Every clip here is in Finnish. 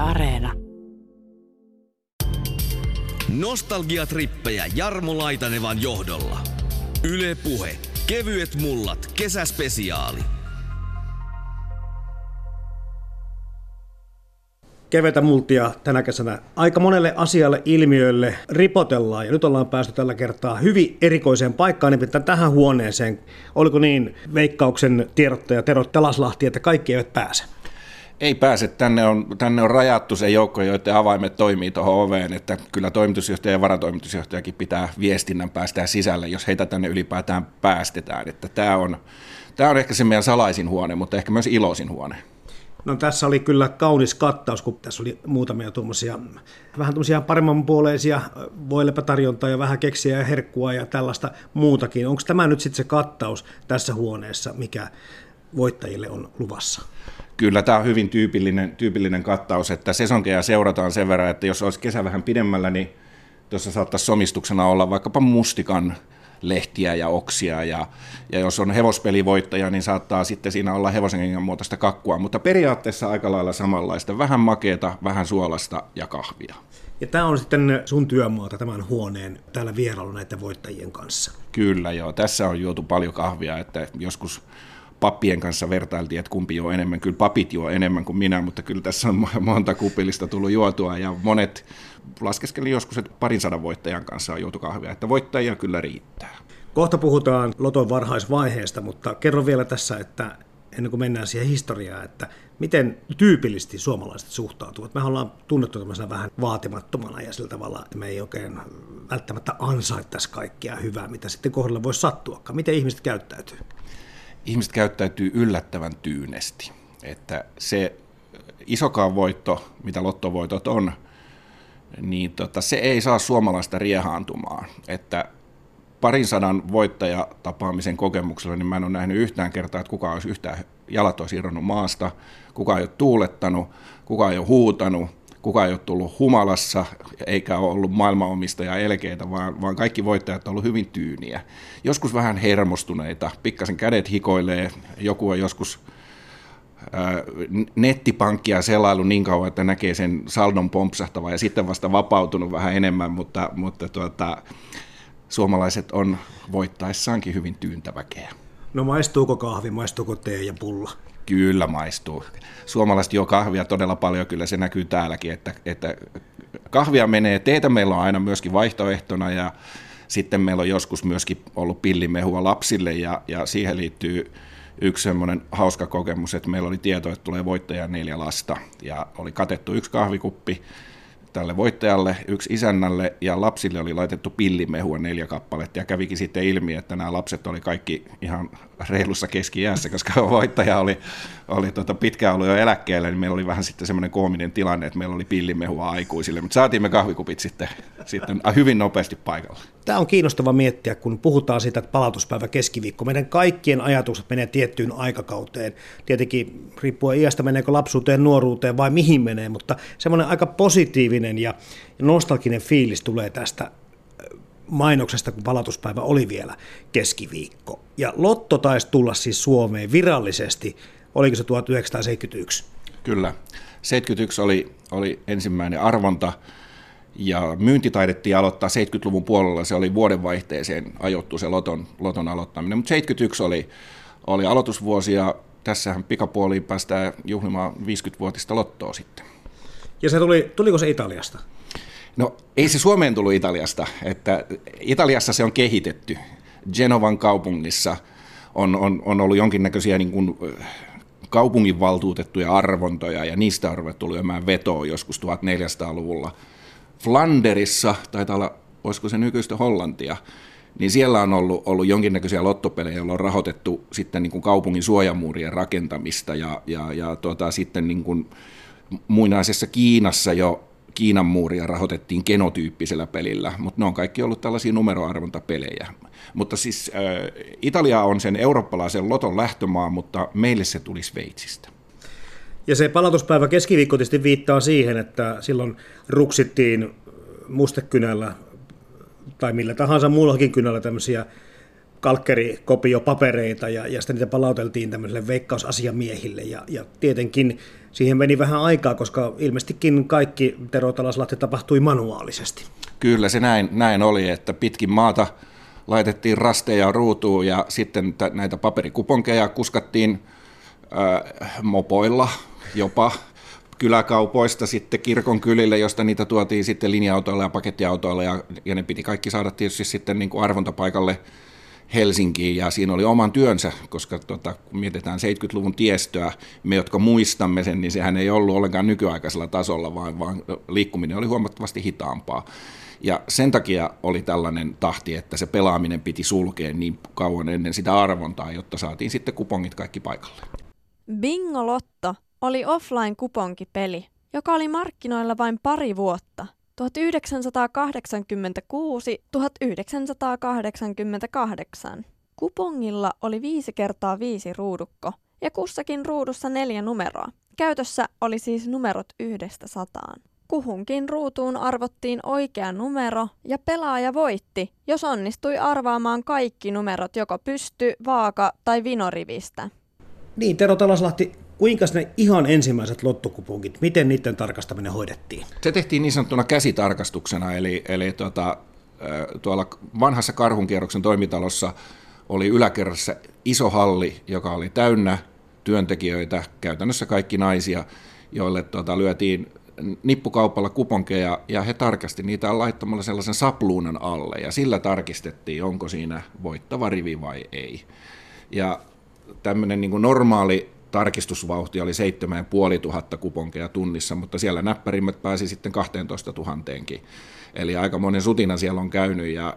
Areena. Nostalgiatrippejä Jarmo Laitanevan johdolla. Yle Puhe. Kevyet mullat. Kesäspesiaali. Kevetä multia tänä kesänä. Aika monelle asialle, ilmiölle ripotellaan ja nyt ollaan päästy tällä kertaa hyvin erikoiseen paikkaan, nimittäin tähän huoneeseen. Oliko niin Veikkauksen tiedottaja Tero Talaslahti, että kaikki eivät pääse? Ei pääse. Tänne on rajattu se joukko, joiden avaimet toimii tuohon oveen, että kyllä toimitusjohtaja ja varatoimitusjohtajakin pitää viestinnän päästää sisälle, jos heitä tänne ylipäätään päästetään. Että tämä on ehkä se meidän salaisin huone, mutta ehkä myös iloisin huone. No tässä oli kyllä kaunis kattaus, kun tässä oli muutamia vähän tuommoisia paremmanpuoleisia voilepätarjontaa ja vähän keksiä ja herkkua ja tällaista muutakin. Onko tämä nyt sitten se kattaus tässä huoneessa, mikä voittajille on luvassa? Kyllä tämä on hyvin tyypillinen kattaus, että sesonkeja seurataan sen verran, että jos olisi kesä vähän pidemmällä, niin tuossa saattaisi somistuksena olla vaikkapa mustikan lehtiä ja oksia, ja jos on hevospelivoittaja, niin saattaa sitten siinä olla hevosenkengän muotoista kakkua, mutta periaatteessa aika lailla samanlaista, vähän makeata, vähän suolasta ja kahvia. Ja tämä on sitten sun työmaata, tämän huoneen, täällä vierailu näiden voittajien kanssa. Kyllä joo, tässä on juotu paljon kahvia, että joskus pappien kanssa vertailtiin, että kumpi juo enemmän. Kyllä papit juo enemmän kuin minä, mutta kyllä tässä on monta kupillista tullut juotua ja monet laskeskeli joskus, että 200 voittajan kanssa on juotu kahvia, että voittajia kyllä riittää. Kohta puhutaan loton varhaisvaiheesta, mutta kerro vielä tässä, että ennen kuin mennään siihen historiaan, että miten tyypillisesti suomalaiset suhtautuvat. Me ollaan tunnettu tämmöisenä vähän vaatimattomana ja sillä tavalla, että me ei oikein välttämättä ansaittaisi kaikkea hyvää, mitä sitten kohdalla voisi sattuakaan. Miten ihmiset käyttäytyy? Ihmiset käyttäytyy yllättävän tyynesti, että se isokaan voitto, mitä lottovoitot on, niin se ei saa suomalaista riehaantumaan, että 200 voittajatapaamisen kokemuksella niin mä en ole nähnyt yhtään kertaa, että kukaan olisi yhtään jalat olisi irronnut maasta, kukaan ei ole tuulettanut, kukaan ei ole huutanut, kukaan ei ole tullut humalassa eikä ole ollut maailmanomistaja elkeitä, vaan kaikki voittajat on ollut hyvin tyyniä. Joskus vähän hermostuneita, pikkasen kädet hikoilee, joku on joskus nettipankkia selailu niin kauan, että näkee sen saldon pompsahtavan ja sitten vasta vapautunut vähän enemmän, mutta suomalaiset on voittaessaankin hyvin tyyntäväkeä. No maistuuko kahvi, maistuuko tee ja pulla? Kyllä maistuu. Suomalaiset juo kahvia todella paljon, kyllä se näkyy täälläkin, että kahvia menee, teetä meillä on aina myöskin vaihtoehtona ja sitten meillä on joskus myöskin ollut pillimehua lapsille ja siihen liittyy yksi semmoinen hauska kokemus, että meillä oli tieto, että tulee voittaja 4 lasta ja oli katettu 1 kahvikuppi tälle voittajalle, 1 isännälle ja lapsille oli laitettu pillimehua 4 kappaletta ja kävikin sitten ilmi, että nämä lapset oli kaikki ihan reilussa keski-iässä, koska voittaja oli pitkään ollut jo eläkkeellä, niin meillä oli vähän sitten semmoinen koominen tilanne, että meillä oli pillimehua aikuisille, mutta saatiin me kahvikupit sitten hyvin nopeasti paikalle. Tämä on kiinnostava miettiä, kun puhutaan siitä, että palautuspäivä keskiviikko. Meidän kaikkien ajatukset menee tiettyyn aikakauteen. Tietenkin riippuen iästä, meneekö lapsuuteen, nuoruuteen vai mihin menee, mutta semmoinen aika positiivinen ja nostalginen fiilis tulee tästä mainoksesta, kun palautuspäivä oli vielä keskiviikko. Ja lotto taisi tulla siis Suomeen virallisesti, oliko se 1971? Kyllä, 71 oli ensimmäinen arvonta. Ja myynti taidettiin aloittaa 70-luvun puolella, se oli vuodenvaihteeseen ajoittu se loton aloittaminen, mutta 71 oli aloitusvuosi ja tässähän pikapuoliin päästään juhlimaan 50-vuotista lottoa sitten. Ja se tuliko se Italiasta? No ei se Suomeen tullut Italiasta, että Italiassa se on kehitetty. Genovan kaupungissa on ollut jonkinnäköisiä niin kuin kaupunginvaltuutettuja arvontoja ja niistä on ruvettu lyömään vetoa joskus 1400-luvulla. Flanderissa, taitaa olla, olisiko se nykyistä Hollantia, niin siellä on ollut jonkinnäköisiä lottopelejä, joilla on rahoitettu sitten niin kuin kaupungin suojamuurien rakentamista ja sitten niin kuin muinaisessa Kiinassa jo Kiinan muuria rahoitettiin genotyyppisellä pelillä, mutta ne on kaikki ollut tällaisia numeroarvontapelejä. Mutta siis Italia on sen eurooppalaisen loton lähtömaa, mutta meille se tuli Sveitsistä. Ja se palautuspäivä keskiviikko tietysti viittaa siihen, että silloin ruksittiin mustekynällä tai millä tahansa muullakin kynällä tämmöisiä kalkkerikopiopapereita ja sitten niitä palauteltiin tämmöisille veikkausasiamiehille ja tietenkin Siihen meni vähän aikaa, koska ilmeisestikin kaikki Tero Talaslahti tapahtui manuaalisesti. Kyllä se näin oli, että pitkin maata laitettiin rasteja ruutuun ja sitten näitä paperikuponkeja kuskattiin mopoilla jopa kyläkaupoista sitten kirkon kylille, josta niitä tuotiin sitten linja-autoilla ja pakettiautoilla ja ne piti kaikki saada tietysti sitten niin kuin arvontapaikalle Helsinkiin ja siinä oli oman työnsä, koska kun mietitään 70-luvun tiestöä, me jotka muistamme sen, niin sehän ei ollut ollenkaan nykyaikaisella tasolla, vaan liikkuminen oli huomattavasti hitaampaa. Ja sen takia oli tällainen tahti, että se pelaaminen piti sulkea niin kauan ennen sitä arvontaa, jotta saatiin sitten kupongit kaikki paikalle. Bingolotto oli offline-kuponkipeli, joka oli markkinoilla vain pari vuotta, 1986–1988. Kupongilla oli 5x5 ruudukko ja kussakin ruudussa 4 numeroa. Käytössä oli siis numerot 1–100. Kuhunkin ruutuun arvottiin oikea numero ja pelaaja voitti, jos onnistui arvaamaan kaikki numerot joko pysty-, vaaka- tai vinorivistä. Niin, Tero Talaslahti, kuinka ne ihan ensimmäiset lottokuponkit, miten niiden tarkastaminen hoidettiin? Se tehtiin niin sanottuna käsitarkastuksena, eli tuolla vanhassa Karhunkierroksen toimitalossa oli yläkerrassa iso halli, joka oli täynnä työntekijöitä, käytännössä kaikki naisia, joille lyötiin nippukaupalla kuponkeja ja he tarkasti niitä laittamalla sellaisen sapluunan alle ja sillä tarkistettiin, onko siinä voittava rivi vai ei. Ja tämmöinen niin kuin normaali tarkistusvauhti oli 7500 kuponkeja tunnissa, mutta siellä näppärimmät pääsi sitten 12 000:eenkin. Eli aika monen sutina siellä on käynyt ja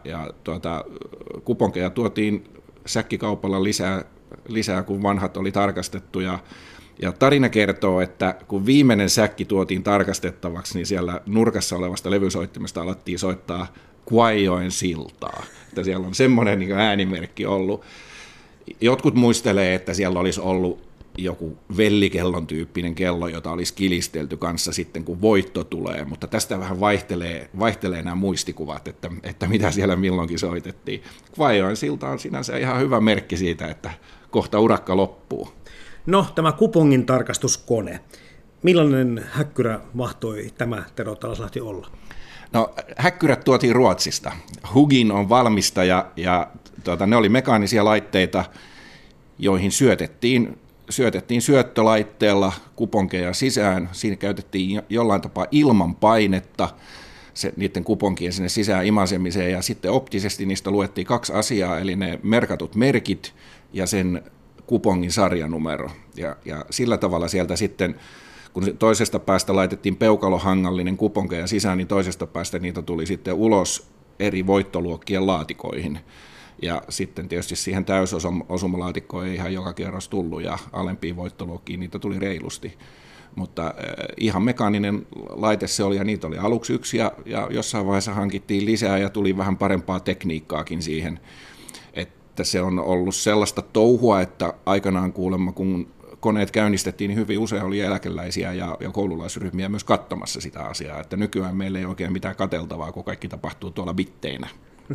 kuponkeja tuotiin säkkikaupalla lisää, kun vanhat oli tarkastettu. Ja tarina kertoo, että kun viimeinen säkki tuotiin tarkastettavaksi, niin siellä nurkassa olevasta levysoittimesta alettiin soittaa Kuaijoen siltaa. Että siellä on semmoinen niin kuin äänimerkki ollut. Jotkut muistelee, että siellä olisi ollut joku vellikellon tyyppinen kello, jota olisi kilistelty kanssa sitten, kun voitto tulee, mutta tästä vähän vaihtelee nämä muistikuvat, että mitä siellä milloinkin soitettiin. Kuaijoen silta on sinänsä ihan hyvä merkki siitä, että kohta urakka loppuu. No, tämä kupongin tarkastuskone. Millainen häkkyrä mahtoi tämä Tero Talaslahti olla? No, häkkyrät tuotiin Ruotsista. Hugin on valmistaja ja ne oli mekaanisia laitteita, joihin syötettiin syöttölaitteella kuponkeja sisään. Siinä käytettiin jollain tapaa ilman painetta niiden kuponkien sinne sisään imasemiseen ja sitten optisesti niistä luettiin 2 asiaa, eli ne merkatut merkit ja sen kupongin sarjanumero. Ja sillä tavalla sieltä sitten, kun toisesta päästä laitettiin peukalohangallinen kuponkeja sisään, niin toisesta päästä niitä tuli sitten ulos eri voittoluokkien laatikoihin. Ja sitten tietysti siihen täysosumalaatikkoon ei ihan joka kerros tullut ja alempiin voittoluokkiin niitä tuli reilusti. Mutta ihan mekaaninen laite se oli ja niitä oli aluksi 1 ja jossain vaiheessa hankittiin lisää ja tuli vähän parempaa tekniikkaakin siihen. Että se on ollut sellaista touhua, että aikanaan kuulemma kun koneet käynnistettiin, niin hyvin usein oli eläkeläisiä ja koululaisryhmiä myös katsomassa sitä asiaa. Että nykyään meillä ei oikein mitään katseltavaa, kun kaikki tapahtuu tuolla bitteinä.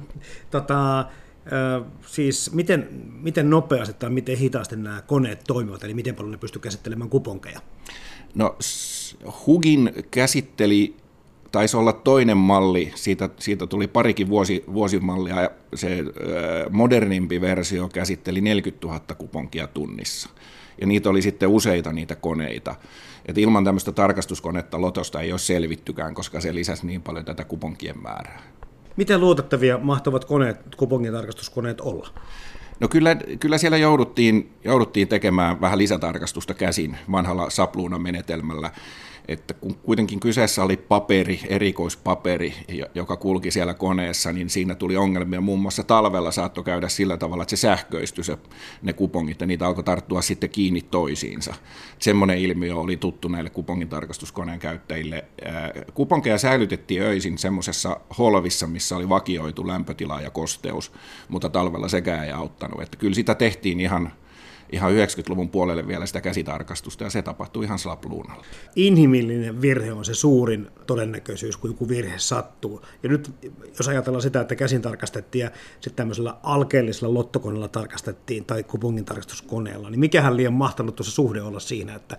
Siis miten nopeasti tai miten hitaasti nämä koneet toimivat, eli miten paljon ne pystyy käsittelemään kuponkeja? No, Hugin käsitteli, taisi olla toinen malli, siitä tuli parikin vuosimallia, ja se modernimpi versio käsitteli 40 000 kuponkia tunnissa. Ja niitä oli sitten useita niitä koneita. Et ilman tämmöistä tarkastuskonetta Lotosta ei ole selvittykään, koska se lisäsi niin paljon tätä kuponkien määrää. Miten luotettavia mahtavat kupongin tarkastuskoneet olla? No kyllä siellä jouduttiin tekemään vähän lisätarkastusta käsin vanhalla sapluunan menetelmällä, että kun kuitenkin kyseessä oli erikoispaperi, joka kulki siellä koneessa, niin siinä tuli ongelmia. Muun muassa talvella saattoi käydä sillä tavalla, että se sähköistyi ne kupongit ja niitä alkoi tarttua sitten kiinni toisiinsa. Semmoinen ilmiö oli tuttu näille kupongin tarkastuskoneen käyttäjille. Kuponkeja säilytettiin öisin semmoisessa holvissa, missä oli vakioitu lämpötila ja kosteus, mutta talvella sekään ei auttanut. Että kyllä sitä tehtiin ihan 90-luvun puolelle vielä sitä käsitarkastusta, ja se tapahtui ihan sapluunalla. Inhimillinen virhe on se suurin todennäköisyys, kun joku virhe sattuu. Ja nyt jos ajatellaan sitä, että käsin tarkastettiin ja sitten tämmöisellä alkeellisella lottokoneella tarkastettiin tai kupongin tarkastuskoneella, niin mikähän liian mahtanut tuossa suhde olla siinä, että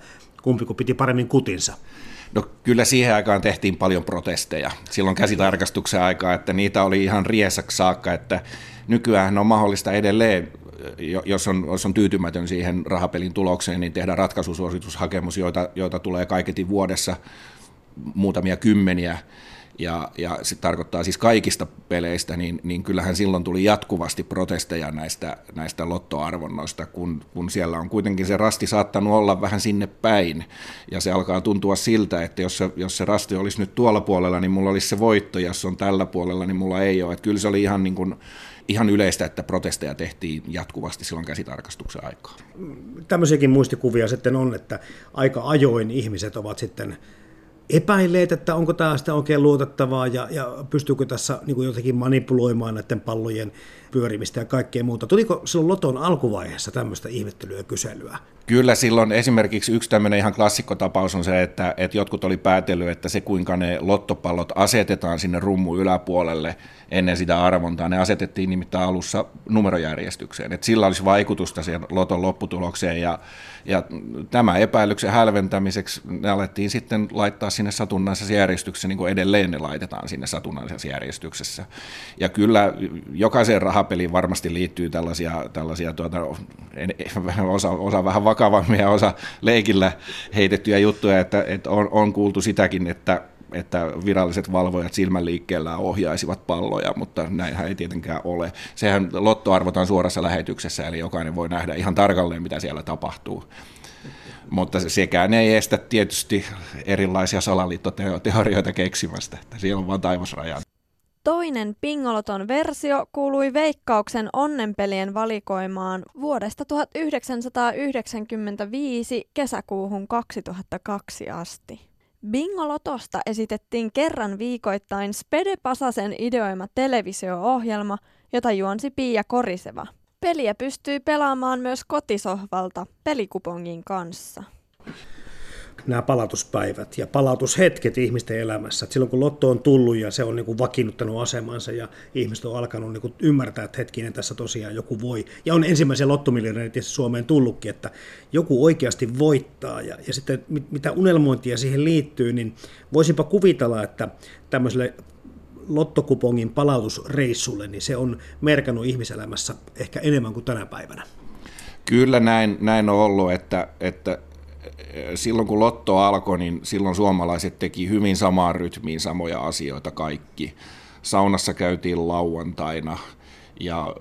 Kumpiko piti paremmin kutinsa? No kyllä siihen aikaan tehtiin paljon protesteja silloin käsitarkastuksen aikaa, että niitä oli ihan riesaksi saakka, että nykyään on mahdollista edelleen, jos on tyytymätön siihen rahapelin tulokseen, niin tehdä ratkaisusuositushakemus, joita tulee kaiketi vuodessa muutamia kymmeniä, ja se tarkoittaa siis kaikista peleistä, niin kyllähän silloin tuli jatkuvasti protesteja näistä lottoarvonnoista, kun siellä on kuitenkin se rasti saattanut olla vähän sinne päin, ja se alkaa tuntua siltä, että jos se rasti olisi nyt tuolla puolella, niin mulla olisi se voitto, ja jos se on tällä puolella, niin mulla ei ole. Että kyllä se oli ihan yleistä, että protesteja tehtiin jatkuvasti silloin käsitarkastuksen aikaa. Tämmöisiäkin muistikuvia sitten on, että aika ajoin ihmiset ovat sitten epäilleet, että onko tämä sitä oikein luotettavaa ja pystyykö tässä niin kuin jotenkin manipuloimaan näiden pallojen pyörimistä ja kaikkea muuta. Tuliko silloin loton alkuvaiheessa tämmöistä ihmettelyä ja kyselyä? Kyllä silloin esimerkiksi yksi tämmöinen ihan klassikkotapaus on se, että jotkut oli päätellyt, että se kuinka ne lottopallot asetetaan sinne rummun yläpuolelle ennen sitä arvontaa, ne asetettiin nimittäin alussa numerojärjestykseen, että sillä olisi vaikutusta siihen loton lopputulokseen ja tämä epäilyksen hälventämiseksi ne alettiin sitten laittaa sinne satunnaisessa järjestyksessä, niin kuin edelleen ne laitetaan sinne satunnaisessa järjestyksessä. Ja kyllä jokaiseen rahapeliin varmasti liittyy tällaisia osa vähän vakavammia, osa leikillä heitettyjä juttuja, että on kuultu sitäkin, että viralliset valvojat silmänliikkeellä ohjaisivat palloja, mutta näinhän ei tietenkään ole. Sehän lotto arvotaan suorassa lähetyksessä, eli jokainen voi nähdä ihan tarkalleen, mitä siellä tapahtuu. Mutta sekään ei estä tietysti erilaisia salaliittoteorioita keksimästä, että siellä on vaan taivasraja. Toinen Bingoloton versio kuului Veikkauksen onnenpelien valikoimaan vuodesta 1995 kesäkuuhun 2002 asti. Bingolotosta esitettiin kerran viikoittain Spede Pasasen ideoima televisio-ohjelma, jota juonsi Pia Koriseva. Peliä pystyy pelaamaan myös kotisohvalta pelikupongin kanssa. Nämä palautuspäivät ja palautushetket ihmisten elämässä. Silloin kun lotto on tullut ja se on niin kuin vakiinnuttanut asemansa ja ihmiset on alkanut niin kuin ymmärtää, että hetkinen tässä tosiaan joku voi. Ja on ensimmäisiä lottomiljonääriä tietysti Suomeen tullutkin, että joku oikeasti voittaa. Ja sitten mitä unelmointia siihen liittyy, niin voisinpa kuvitella, että tämmöiselle lottokupongin palautusreissulle, niin se on merkannut ihmiselämässä ehkä enemmän kuin tänä päivänä. Kyllä näin on ollut, että silloin kun lotto alkoi, niin silloin suomalaiset teki hyvin samaan rytmiin samoja asioita kaikki. Saunassa käytiin lauantaina ja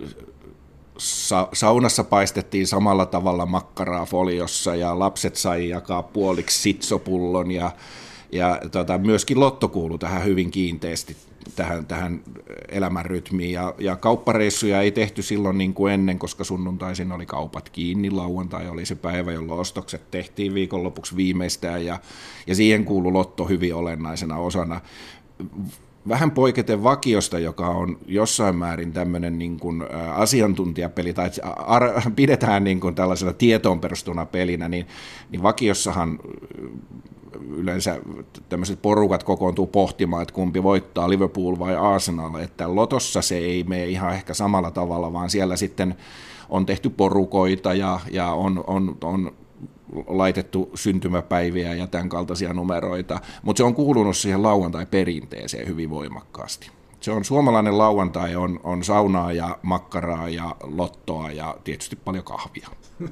saunassa paistettiin samalla tavalla makkaraa foliossa ja lapset sai jakaa puoliksi sitsopullon ja myöskin lotto kuului tähän hyvin kiinteästi tähän elämänrytmiin ja kauppareissuja ei tehty silloin niin kuin ennen, koska sunnuntaisin oli kaupat kiinni, lauantai oli se päivä, jolloin ostokset tehtiin viikonlopuksi viimeistään ja siihen kuului lotto hyvin olennaisena osana. Vähän poiketen vakiosta, joka on jossain määrin tämmöinen niin kuin asiantuntijapeli, tai pidetään niin kuin tällaisena tietoon perustuna pelinä, niin vakiossahan yleensä tämmöiset porukat kokoontuu pohtimaan, että kumpi voittaa, Liverpool vai Arsenal, että lotossa se ei mene ihan ehkä samalla tavalla, vaan siellä sitten on tehty porukoita ja on laitettu syntymäpäiviä ja tämän kaltaisia numeroita, mutta se on kuulunut siihen lauantai-perinteeseen hyvin voimakkaasti. Se on suomalainen lauantai, on saunaa ja makkaraa ja lottoa ja tietysti paljon kahvia.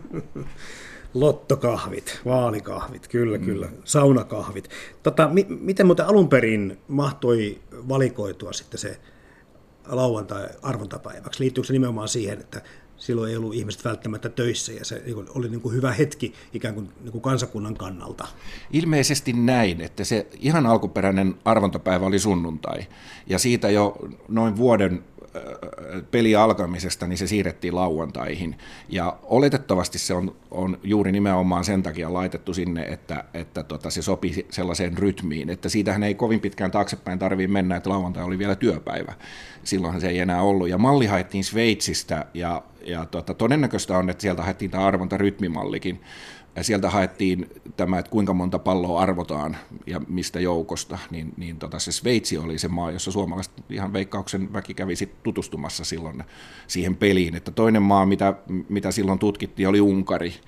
Lottokahvit, vaalikahvit, kyllä, saunakahvit. Miten muuten alun perin mahtoi valikoitua sitten se lauantai-arvontapäiväksi? Liittyykö se nimenomaan siihen, että silloin ei ollut ihmiset välttämättä töissä ja se oli niin kuin hyvä hetki ikään kuin, kansakunnan kannalta? Ilmeisesti näin, että se ihan alkuperäinen arvontapäivä oli sunnuntai ja siitä jo noin vuoden peli alkamisesta, niin se siirrettiin lauantaihin. Ja oletettavasti se on juuri nimenomaan sen takia laitettu sinne, että se sopi sellaiseen rytmiin, että siitähän ei kovin pitkään taaksepäin tarvitse mennä, että lauantai oli vielä työpäivä. Silloinhan se ei enää ollut. Ja malli haettiin Sveitsistä, ja todennäköistä on, että sieltä haettiin tämä arvontarytmimallikin. Ja sieltä haettiin tämä, että kuinka monta palloa arvotaan ja mistä joukosta, niin se Sveitsi oli se maa, jossa suomalaiset ihan Veikkauksen väki kävi sit tutustumassa silloin siihen peliin. Että toinen maa, mitä silloin tutkittiin, oli Unkari.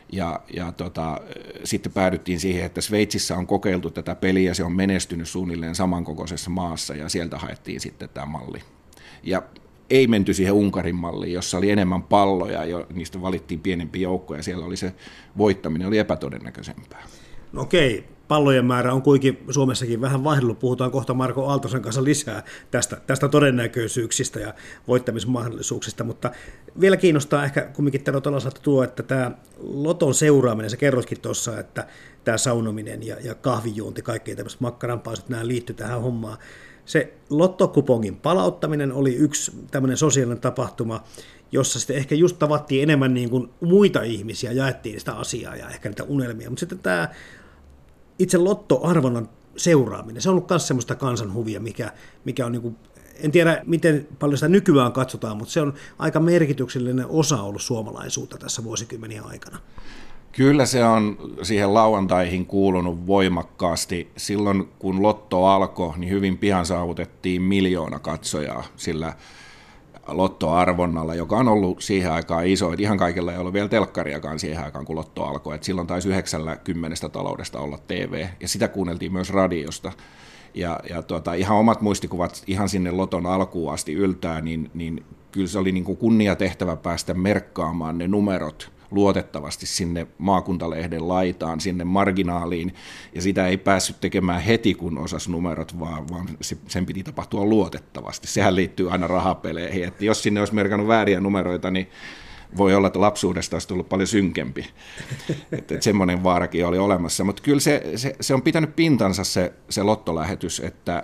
Sitten päädyttiin siihen, että Sveitsissä on kokeiltu tätä peliä, se on menestynyt suunnilleen samankokoisessa maassa ja sieltä haettiin sitten tämä malli. Ja ei menty siihen Unkarin malliin, jossa oli enemmän palloja, niistä valittiin pienempi joukko ja siellä oli se voittaminen oli epätodennäköisempää. No okei, pallojen määrä on kuitenkin Suomessakin vähän vaihdellut. Puhutaan kohta Marko Aaltosen kanssa lisää tästä todennäköisyyksistä ja voittamismahdollisuuksista, mutta vielä kiinnostaa ehkä kumminkin tämä Lotolasattu tuo, että tämä Loton seuraaminen, sä kerrotkin tuossa, että tämä saunominen ja kahvijuonti, kaikki tämmöiset makkaranpaisut, nämä liittyy tähän hommaan. Se lottokupongin palauttaminen oli yksi tämmöinen sosiaalinen tapahtuma, jossa sitten ehkä just tavattiin enemmän niin kuin muita ihmisiä, jaettiin sitä asiaa ja ehkä niitä unelmia, mutta sitten tämä itse lottoarvonnan seuraaminen, se on ollut myös semmoista kansanhuvia, mikä on niin kuin, en tiedä miten paljon sitä nykyään katsotaan, mutta se on aika merkityksellinen osa ollut suomalaisuutta tässä vuosikymmenien aikana. Kyllä se on siihen lauantaihin kuulunut voimakkaasti. Silloin kun Lotto alkoi, niin hyvin pian saavutettiin 1 miljoona katsojaa sillä Lottoarvonnalla, joka on ollut siihen aikaan iso. Et ihan kaikilla ei ollut vielä telkkariakaan siihen aikaan, kun Lotto alkoi. Et silloin taisi 90 taloudesta olla TV, ja sitä kuunneltiin myös radiosta. Ihan omat muistikuvat ihan sinne Loton alkuun asti yltää, niin kyllä se oli niin kuin kunniatehtävä päästä merkkaamaan ne numerot luotettavasti sinne maakuntalehden laitaan, sinne marginaaliin, ja sitä ei päässyt tekemään heti, kun osasi numerot, vaan sen piti tapahtua luotettavasti. Sehän liittyy aina rahapeleihin, että jos sinne olisi merkannut vääriä numeroita, niin voi olla, että lapsuudesta olisi tullut paljon synkempi. Että semmoinen vaarakin oli olemassa, mutta kyllä se on pitänyt pintansa se lottolähetys, että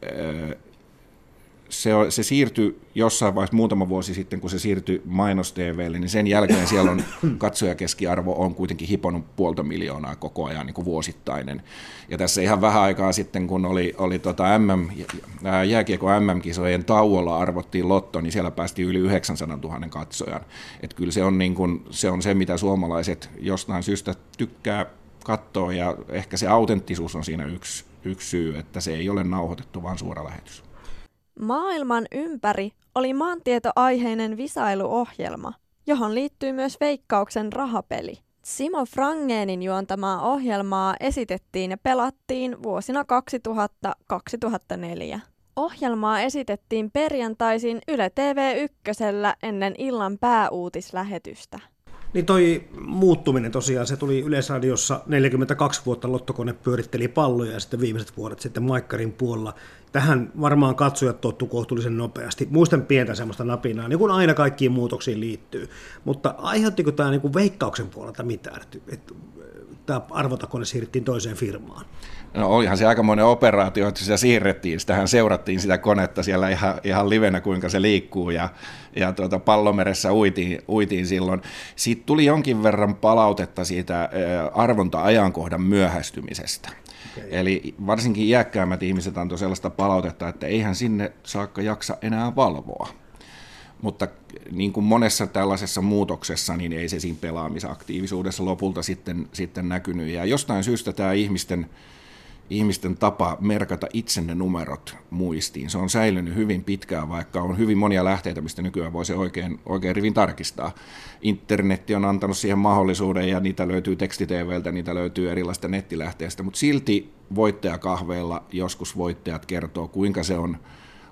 se siirtyi jossain vaiheessa muutama vuosi sitten, kun se siirtyi mainos-TV:lle, niin sen jälkeen siellä on katsojakeskiarvo on kuitenkin hiponut 500 000 koko ajan niin kuin vuosittainen. Ja tässä ihan vähän aikaa sitten, kun oli jääkiekon MM-kisojen tauolla arvottiin Lotto, niin siellä päästiin yli 900 000 katsojan. Että kyllä se on se, mitä suomalaiset jostain syystä tykkää katsoa, ja ehkä se autenttisuus on siinä yksi syy, että se ei ole nauhoitettu, vaan suora lähetys. Maailman ympäri oli maantietoaiheinen visailuohjelma, johon liittyy myös Veikkauksen rahapeli. Simo Frangénin juontamaa ohjelmaa esitettiin ja pelattiin vuosina 2000-2004. Ohjelmaa esitettiin perjantaisin Yle TV1 ennen illan pääuutislähetystä. Niin toi muuttuminen tosiaan, se tuli Yleisradiossa 42 vuotta Lottokone pyöritteli palloja ja sitten viimeiset vuodet sitten Maikkarin puolella. Tähän varmaan katsojat tottu kohtuullisen nopeasti. Muistan pientä semmoista napinaa, niin kuin aina kaikkiin muutoksiin liittyy. Mutta aiheuttiko tämä niin kuin Veikkauksen puolelta mitään, että tämä arvontakone siirrettiin toiseen firmaan? No olihan se aikamoinen operaatio, että sitä siirrettiin, sitähän seurattiin sitä konetta siellä ihan livenä, kuinka se liikkuu, ja Pallomeressä uitiin silloin. Siitä tuli jonkin verran palautetta siitä arvonta-ajankohdan myöhästymisestä. Okay. Eli varsinkin iäkkäämmät ihmiset antoi sellaista palautetta, että eihän sinne saakka jaksa enää valvoa. Mutta niin kuin monessa tällaisessa muutoksessa, niin ei se siinä pelaamisaktiivisuudessa lopulta sitten näkynyt. Ja jostain syystä tämä ihmisten tapa merkata itse ne numerot muistiin, se on säilynyt hyvin pitkään, vaikka on hyvin monia lähteitä, mistä nykyään voi se oikein rivin tarkistaa. Internetti on antanut siihen mahdollisuuden, ja niitä löytyy teksti-TV:ltä, niitä löytyy erilaisista nettilähteistä, mutta silti voittajakahveilla joskus voittajat kertoo, kuinka se on.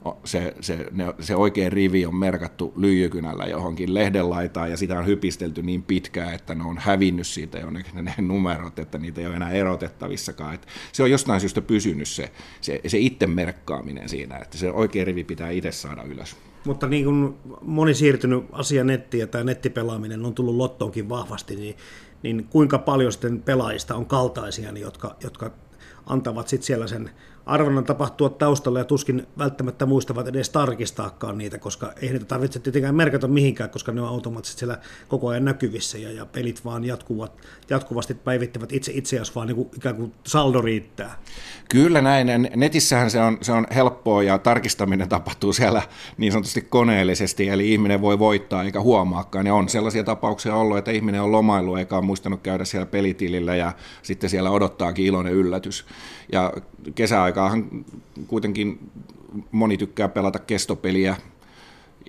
Se oikea rivi on merkattu lyijykynällä johonkin lehdenlaitaan, ja sitä on hypistelty niin pitkään, että ne on hävinnyt siitä jonnekin ne numerot, että niitä ei ole enää erotettavissakaan. Että se on jostain syystä pysynyt se itse merkkaaminen siinä, että se oikea rivi pitää itse saada ylös. Mutta niin kuin moni siirtynyt asia nettiin ja tämä nettipelaaminen on tullut Lottoonkin vahvasti, niin kuinka paljon sitten pelaajista on kaltaisia, jotka antavat sitten siellä sen arvonnan tapahtua taustalla ja tuskin välttämättä muistavat edes tarkistaakaan niitä, koska ei niitä tarvitse tietenkään merkata mihinkään, koska ne on automaattisesti siellä koko ajan näkyvissä ja pelit vaan jatkuvasti päivittävät itseäsi, vaan niin kuin ikään kuin saldo riittää. Kyllä näin. Netissähän se on helppoa ja tarkistaminen tapahtuu siellä niin sanotusti koneellisesti, eli ihminen voi voittaa eikä huomaakaan. Ja on sellaisia tapauksia ollut, että ihminen on lomaillut eikä ole muistanut käydä siellä pelitilillä ja sitten siellä odottaakin iloinen yllätys. Ja kesäaikaahan kuitenkin moni tykkää pelata kestopeliä,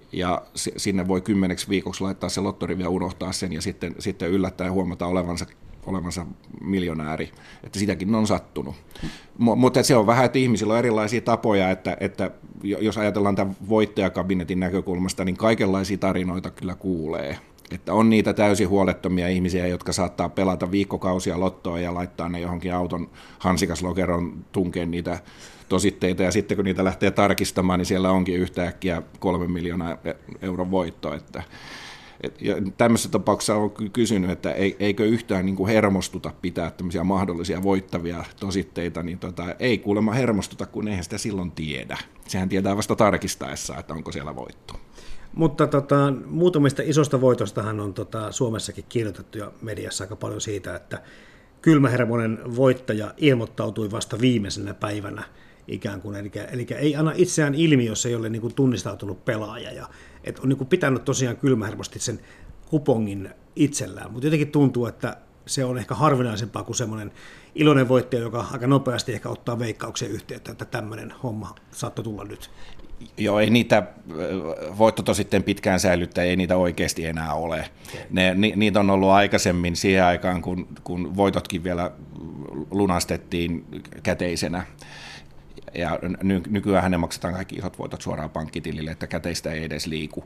ja sinne voi 10 viikoksi laittaa se lottorivi ja unohtaa sen ja sitten yllättäen huomata olevansa miljonääri, että sitäkin on sattunut. Mutta se on vähän, että ihmisillä on erilaisia tapoja, että jos ajatellaan tämän voittajakabinetin näkökulmasta, niin kaikenlaisia tarinoita kyllä kuulee. Että on niitä täysin huolettomia ihmisiä, jotka saattaa pelata viikkokausia lottoa ja laittaa ne johonkin auton hansikaslokeron tunkeen niitä tositteita, ja sitten kun niitä lähtee tarkistamaan, niin siellä onkin yhtäkkiä 3 miljoonaa euron voitto. Ja tämmöisessä tapauksessa olen kysynyt, että eikö yhtään niin kuin hermostuta pitää tämmöisiä mahdollisia voittavia tositteita, niin ei kuulemma hermostuta, kun eihän sitä silloin tiedä. Sehän tietää vasta tarkistaessa, että onko siellä voitto. Mutta muutamista isosta voitostahan on Suomessakin kirjoitettu ja mediassa aika paljon siitä, että kylmähermonen voittaja ilmoittautui vasta viimeisenä päivänä ikään kuin, eli ei anna itseään ilmi, jos ei ole niin kuin tunnistautunut pelaaja, ja et on niin kuin pitänyt tosiaan kylmähermosti sen kupongin itsellään, mutta jotenkin tuntuu, että se on ehkä harvinaisempaa kuin semmoinen iloinen voittaja, joka aika nopeasti ehkä ottaa Veikkaukseen yhteyttä, että tämmöinen homma saattoi tulla nyt. Joo, ei niitä voitto sitten pitkään säilyttää, ei niitä oikeasti enää ole. Niitä on ollut aikaisemmin siihen aikaan, kun voitotkin vielä lunastettiin käteisenä. Ja nykyään ne maksetaan kaikki isot voitot suoraan pankkitilille, että käteistä ei edes liiku.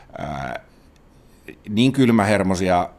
Niin kylmähermoisia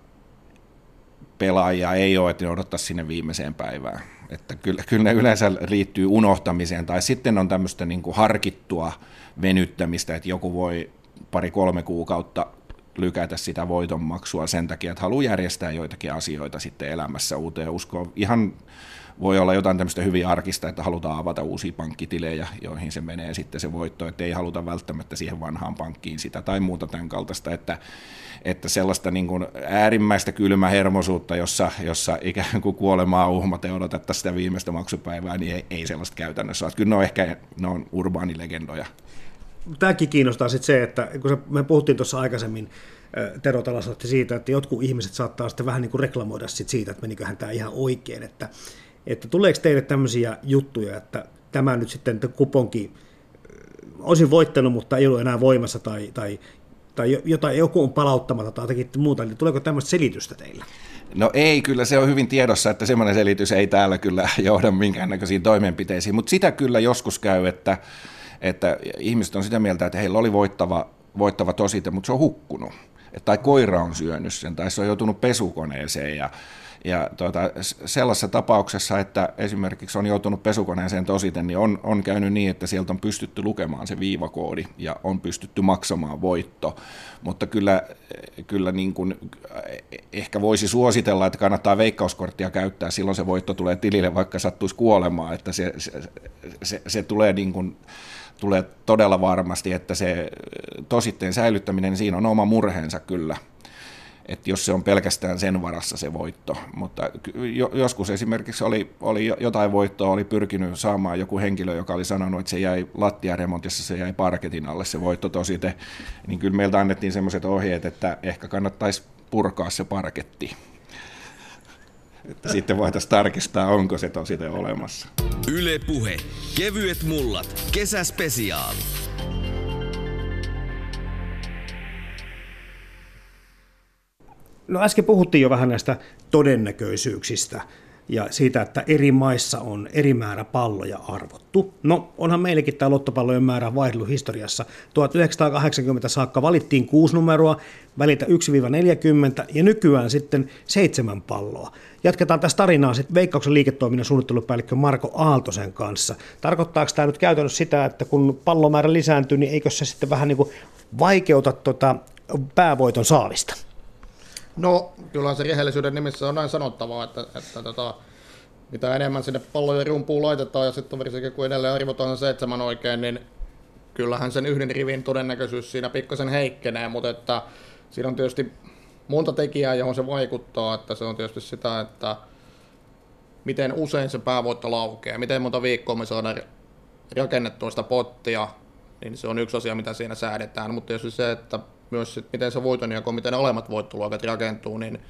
pelaajia ei ole, että ne odottaisi sinne viimeiseen päivään. Että kyllä ne yleensä liittyy unohtamiseen, tai sitten on tämmöistä niin kuin harkittua venyttämistä, että joku voi 2-3 kuukautta lykätä sitä voitonmaksua sen takia, että haluaa järjestää joitakin asioita sitten elämässä uuteen uskoon. Ihan voi olla jotain tämmöistä hyvin arkista, että halutaan avata uusia pankkitilejä, joihin se menee sitten se voitto, että ei haluta välttämättä siihen vanhaan pankkiin sitä tai muuta tämän kaltaista, että sellaista niin kuin äärimmäistä kylmähermosuutta, jossa ikään kuin kuolemaa uhmaten odotettaisiin sitä viimeistä maksupäivää, niin ei sellaista käytännössä ole. Kyllä ne on urbaanilegendoja. Tämäkin kiinnostaa sitten se, että kun me puhuttiin tuossa aikaisemmin, Tero Talas otti siitä, että jotkut ihmiset saattaa sitten vähän niin kuin reklamoida siitä, että meniköhän tämä ihan oikein, että tuleeko teille tämmöisiä juttuja, että tämä nyt sitten kuponki olisin voittanut, mutta ei ollut enää voimassa tai joku on palauttamatta tai jotakin muuta, niin tuleeko tämmöistä selitystä teillä? No ei, kyllä se on hyvin tiedossa, että semmoinen selitys ei täällä kyllä johda minkäännäköisiin toimenpiteisiin, mutta sitä kyllä joskus käy, että ihmiset on sitä mieltä, että heillä oli voittava tosite, mutta se on hukkunut. Tai koira on syönyt sen, tai se on joutunut pesukoneeseen. Ja sellaisessa tapauksessa, että esimerkiksi on joutunut pesukoneeseen tositen, niin on käynyt niin, että sieltä on pystytty lukemaan se viivakoodi ja on pystytty maksamaan voitto. Mutta kyllä niin kuin ehkä voisi suositella, että kannattaa veikkauskorttia käyttää, silloin se voitto tulee tilille, vaikka sattuisi kuolemaan, että se tulee niin kuin tulee todella varmasti, että se tositteen säilyttäminen, siinä on oma murheensa kyllä, että jos se on pelkästään sen varassa se voitto, mutta joskus esimerkiksi oli jotain voittoa, oli pyrkinyt saamaan joku henkilö, joka oli sanonut, että se jäi lattiaremontissa, se jäi parketin alle se voitto tosite, niin kyllä meiltä annettiin sellaiset ohjeet, että ehkä kannattaisi purkaa se parketti. Että sitten voitaisiin tarkistaa, onko se tosite olemassa. Yle Puhe. Kevyet mullat. Kesäspesiaali. No äsken puhuttiin jo vähän näistä todennäköisyyksistä ja siitä, että eri maissa on eri määrä palloja arvottu. No onhan meillekin tämä lottopallojen määrä vaihdellut historiassa. 1980 saakka valittiin 6 numeroa, välitä 1-40 ja nykyään sitten 7 palloa. Jatketaan tästä tarinaa sitten Veikkauksen liiketoiminnan suunnittelupäällikkö Marko Aaltosen kanssa. Tarkoittaako tämä nyt käytännössä sitä, että kun pallomäärä lisääntyy, niin eikö se sitten vähän niin kuin vaikeuta päävoiton saamista? No, kyllä se rehellisyyden nimissä on näin sanottavaa, että mitä enemmän sinne pallojen rumpuun laitetaan ja sitten varsinkin kun edelleen arvotaan 7 oikein, niin kyllähän sen yhden rivin todennäköisyys siinä pikkasen heikkenee, mutta että siinä on tietysti monta tekijää, johon se vaikuttaa, että se on tietysti sitä, että miten usein se päävoitto laukeaa, miten monta viikkoa me saadaan rakennettua sitä pottia, niin se on yksi asia, mitä siinä säädetään, mutta tietysti se, että myös sit, miten se voitonjako, miten ne olemat voittoluokat rakentuu, niin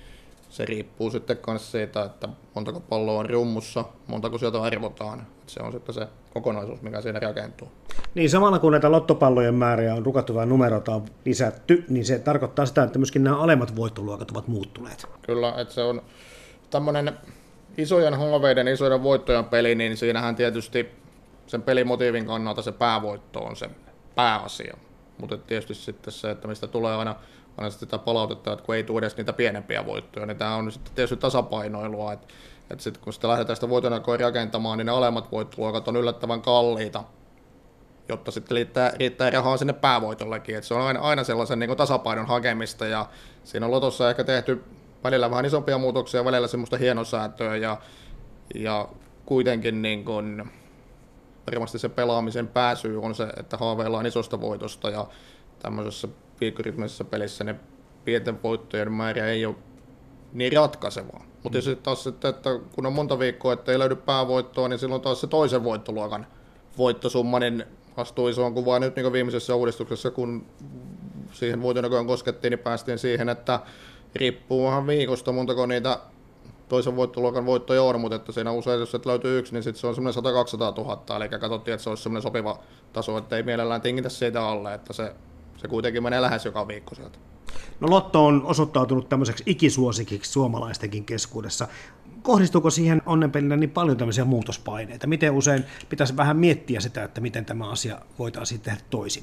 se riippuu sitten myös siitä, että montako palloa on rummussa, montako sieltä arvotaan. Se on sitten se kokonaisuus, mikä siinä rakentuu. Niin samalla kun näitä lottopallojen määriä on rukattu tai numeroita on lisätty, niin se tarkoittaa sitä, että myöskin nämä alemmat voittoluokat ovat muuttuneet. Kyllä, että se on tämmöinen isojen haaveiden, isojen voittojen peli, niin siinähän tietysti sen pelimotiivin kannalta se päävoitto on se pääasia. Mutta tietysti sitten se, että mistä tulee aina sitä palautetta, että kun ei tule edes niitä pienempiä voittoja, niin tämä on sitten tietysti tasapainoilua, että sitten kun sitä lähdetään sitä voitonakoa rakentamaan, niin ne alemmat voittoluokat on yllättävän kalliita, jotta sitten riittää rahaa sinne päävoitollekin. Että se on aina sellaisen niin kuin tasapainon hakemista, ja siinä on lotossa ehkä tehty välillä vähän isompia muutoksia, välillä semmoista hienosäätöä, ja kuitenkin niin kuin varmasti se pelaamisen pääsy on se, että haaveillaan isosta voitosta, ja tämmöisessä viikkorytmisessä pelissä ne pienten voittojen määrä ei ole niin ratkaisevaa. Mutta sitten taas sitten, että kun on monta viikkoa, että ei löydy päävoittoa, niin silloin taas se toisen voittoluokan voittosumma niin astuu isoon kuvaan. Nyt niin viimeisessä uudistuksessa, kun siihen voitonakoon koskettiin, niin päästiin siihen, että riippuu vähän viikosta, montako niitä toisen voittoluokan voittoja on, mutta että siinä usein, jos löytyy yksi, niin sitten se on semmoinen 100-200 000, eli katsottiin, että se olisi semmoinen sopiva taso, että ei mielellään tingitä siitä alle, että se kuitenkin menee lähes joka viikko sieltä. No Lotto on osoittautunut tämmöiseksi ikisuosikiksi suomalaistenkin keskuudessa. Kohdistuuko siihen onnenpelillä niin paljon tämmöisiä muutospaineita? Miten usein pitäisi vähän miettiä sitä, että miten tämä asia voitaisiin tehdä toisin?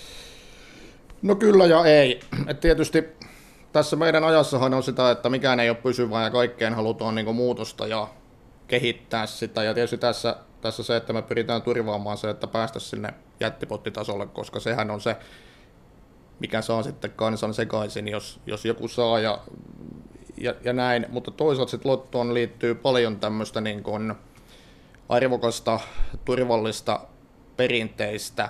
No kyllä ja ei. Et tietysti tässä meidän ajassahan on sitä, että mikään ei ole pysyvää ja kaikkeen halutaan niin kuin muutosta ja kehittää sitä. Ja tietysti tässä se, että me pyritään turvaamaan se, että päästä sinne jättipottitasolle, koska sehän on se, mikä saa sitten kansan sekaisin, jos joku saa ja näin. Mutta toisaalta sitten Lottoon liittyy paljon tämmöistä niin kuin arvokasta, turvallista, perinteistä.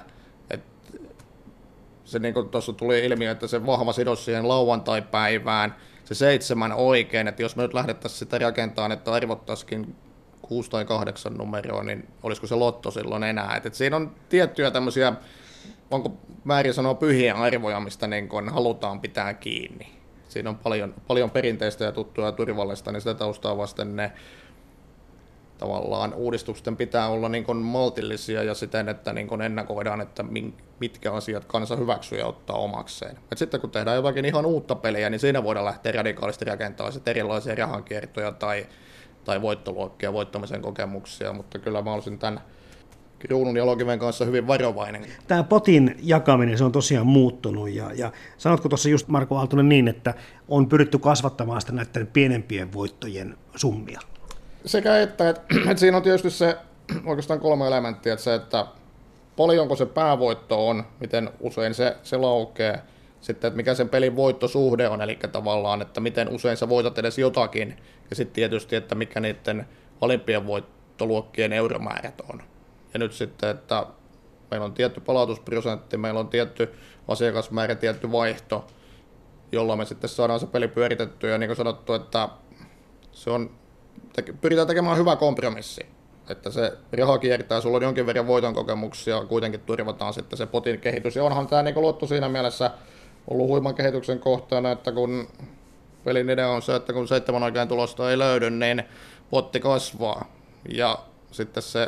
Se niin kuin tuossa tuli ilmi, että se vahva sidos siihen lauantai-päivään, se 7 oikein, että jos me nyt lähdettäisiin sitä rakentamaan, että arvottaisikin 6 tai 8 numeroa, niin olisiko se Lotto silloin enää. Et siinä on tiettyjä tämmöisiä, onko väärin sanoa pyhiä arvoja, mistä niin kun halutaan pitää kiinni. Siinä on paljon perinteistä ja tuttua ja turvallista, niin sitä taustaa vasten ne tavallaan uudistusten pitää olla niin kun maltillisia ja siten, että niin kun ennakoidaan, että mitkä asiat kansa hyväksyy ja ottaa omakseen. Et sitten kun tehdään jotakin ihan uutta peliä, niin siinä voidaan lähteä radikaalisti rakentamaan erilaisia rahankiertoja tai voittoluokkia, voittamisen kokemuksia, mutta kyllä mä olisin tämän Kruunun ja Lokiven kanssa hyvin varovainen. Tämä potin jakaminen, se on tosiaan muuttunut ja sanotko tuossa just Marko Aaltonen niin, että on pyritty kasvattamaan sitä näiden pienempien voittojen summia? Sekä että siinä on tietysti se oikeastaan 3 elementtiä, että se, että paljonko se päävoitto on, miten usein se laukeaa, sitten, että mikä sen pelin voittosuhde on, eli tavallaan, että miten usein sä voitat edes jotakin, ja sitten tietysti, että mikä niiden alimpien voittoluokkien euromäärät on. Ja nyt sitten, että meillä on tietty palautusprosentti, meillä on tietty asiakasmäärä, tietty vaihto, jolla me sitten saadaan se peli pyöritettyä, ja niin kuin sanottu, että se on, pyritään tekemään hyvä kompromissi, että se raha kiertää, sulla on jonkin verran voiton kokemuksia, kuitenkin turvataan sitten se potin kehitys, ja onhan tämä niin Lotto siinä mielessä ollut huiman kehityksen kohteena, että kun pelin idea on se, että kun 7 oikein tulosta ei löydy, niin potti kasvaa, ja sitten se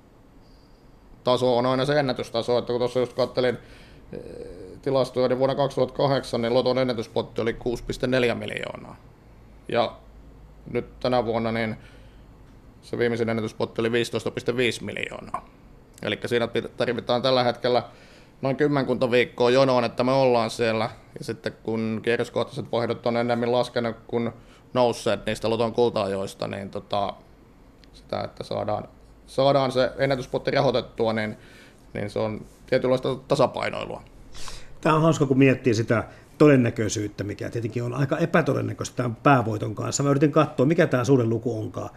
taso on aina se ennätystaso, että kun tuossa just kattelin tilastoja, niin vuonna 2008 niin Loton ennätyspotti oli 6,4 miljoonaa. Ja nyt tänä vuonna niin se viimeisin ennätyspotti oli 15,5 miljoonaa. Eli siinä tarvitaan tällä hetkellä noin 10 viikkoa jonoon, että me ollaan siellä. Ja sitten kun kierroskohtaiset vaihdot on enemmän laskenut kuin nousseet niistä Loton kulta-ajoista, niin sitä, että saadaan se ennätyspotti rahoitettua, niin se on tietynlaista tasapainoilua. Tämä on hauska, kun miettii sitä todennäköisyyttä, mikä tietenkin on aika epätodennäköistä tämän päävoiton kanssa. Mä yritin katsoa, mikä tämä suhdeluku onkaan.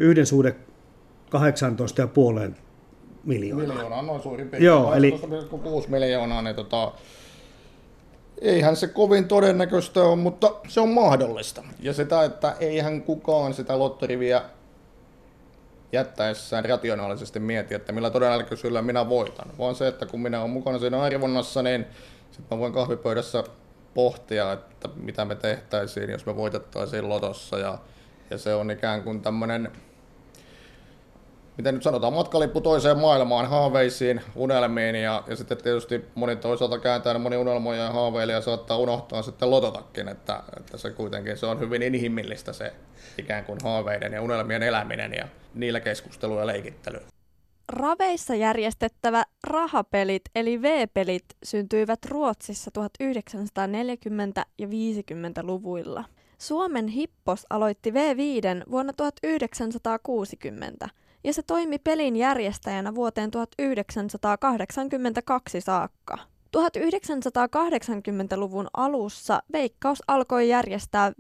1/18,5 miljoonaa. Miljoonaa, noin suurin piirtein. 18,6 miljoonaa, niin eihän se kovin todennäköistä ole, mutta se on mahdollista. Ja sitä, että eihän kukaan sitä lottoriviä jättäessään rationaalisesti mieti, että millä todennäköisyydellä minä voitan, vaan se, että kun minä olen mukana siinä arvonnassa, niin sitten mä voin kahvipöydässä pohtia, että mitä me tehtäisiin, jos me voitettaisiin lotossa. Ja se on ikään kuin tämmöinen, miten nyt sanotaan, matkalippu toiseen maailmaan, haaveisiin, unelmiin. Ja sitten tietysti moni toisaalta kääntää moni unelmoja ja haaveilija saattaa unohtaa sitten lototakin, että se kuitenkin se on hyvin inhimillistä se ikään kuin haaveiden ja unelmien eläminen ja niillä keskustelu ja leikittely. Raveissa järjestettävä rahapelit eli V-pelit syntyivät Ruotsissa 1940- ja 50-luvuilla. Suomen Hippos aloitti V5 vuonna 1960 ja se toimi pelin järjestäjänä vuoteen 1982 saakka. 1980-luvun alussa Veikkaus alkoi järjestää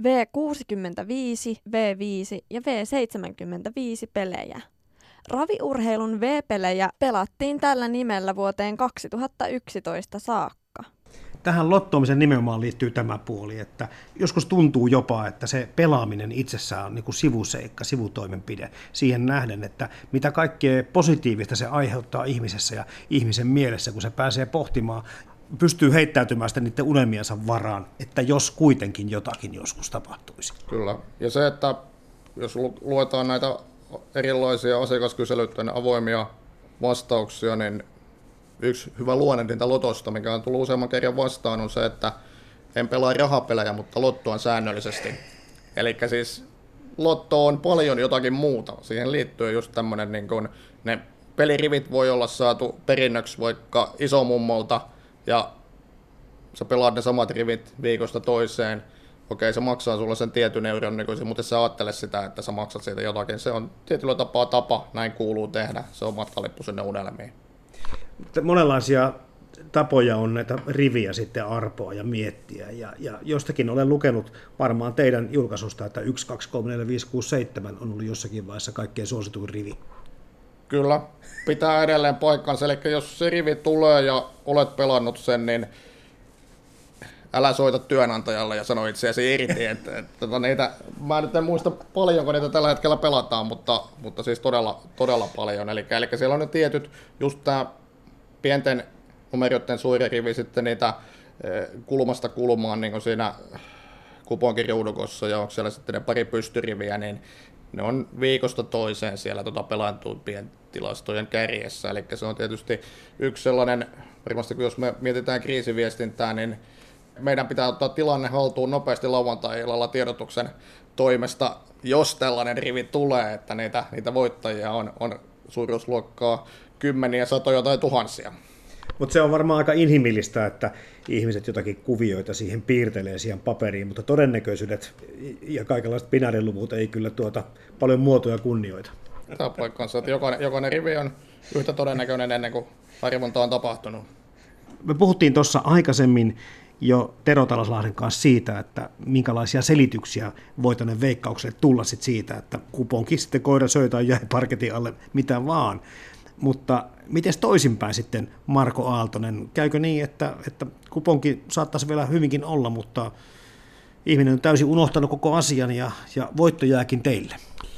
V65, V5 ja V75 pelejä. Raviurheilun V-pelejä pelattiin tällä nimellä vuoteen 2011 saakka. Tähän lottoamisen nimenomaan liittyy tämä puoli, että joskus tuntuu jopa, että se pelaaminen itsessään on niin kuin sivuseikka, sivutoimenpide siihen nähden, että mitä kaikkea positiivista se aiheuttaa ihmisessä ja ihmisen mielessä, kun se pääsee pohtimaan, pystyy heittäytymään sitten niiden unelmiensa varaan, että jos kuitenkin jotakin joskus tapahtuisi. Kyllä, ja se, että jos luetaan näitä erilaisia asiakaskyselyiden avoimia vastauksia, niin yksi hyvä luonnehdinta lotosta, mikä on tullut useamman kerran vastaan, on se, että en pelaa rahapelejä, mutta lottoan säännöllisesti. Eli siis lotto on paljon jotakin muuta. Siihen liittyy just tämmöinen, niin kun ne pelirivit voi olla saatu perinnöksi vaikka isomummolta, ja sä pelaat ne samat rivit viikosta toiseen. Okei, se maksaa sulle sen tietyn euron, mutta sä ajattele sitä, että sä maksat siitä jotakin. Se on tietyllä tapaa tapa, näin kuuluu tehdä. Se on matkalippu sinne unelmiin. Monenlaisia tapoja on näitä riviä sitten arpoa ja miettiä. Ja jostakin olen lukenut varmaan teidän julkaisusta, että 1, 2, 3, 4, 5, 6, 7 on ollut jossakin vaiheessa kaikkein suosituin rivi. Kyllä, pitää edelleen paikkansa. Eli jos se rivi tulee ja olet pelannut sen, niin älä soita työnantajalle ja sano itseäsi irti. Niitä, mä nyt en muista paljonko niitä tällä hetkellä pelataan, mutta siis todella paljon. Eli siellä on ne tietyt, just tämä pienten numeroiden suuri rivi, sitten niitä kulmasta kulmaan niin kuin siinä kuponkiruudukossa ja onko siellä sitten ne pari pystyriviä, niin ne on viikosta toiseen siellä pelaantuimpien tilastojen kärjessä. Eli se on tietysti yksi sellainen, varmasti kun jos me mietitään kriisiviestintää, niin meidän pitää ottaa tilanne haltuun nopeasti lauantai-illalla tiedotuksen toimesta, jos tällainen rivi tulee, että niitä voittajia on suuruusluokkaa kymmeniä, satoja tai tuhansia. Mutta se on varmaan aika inhimillistä, että ihmiset jotakin kuvioita siihen piirtelee siihen paperiin, mutta todennäköisyydet ja kaikenlaiset binääriluvut ei kyllä paljon muotoja kunnioita. Tämä paikkansa, että jokainen rivi on yhtä todennäköinen ennen kuin arvonta on tapahtunut. Me puhuttiin tuossa aikaisemmin jo Tero Talaslahden kanssa siitä, että minkälaisia selityksiä voi tänne Veikkaukselle tulla sit siitä, että kuponki sitten koira söi tai jäi parketin alle, mitä vaan. Mutta miten toisinpäin sitten, Marko Aaltonen? Käykö niin, että kuponki saattaisi vielä hyvinkin olla, mutta ihminen on täysin unohtanut koko asian ja voitto jääkin teille?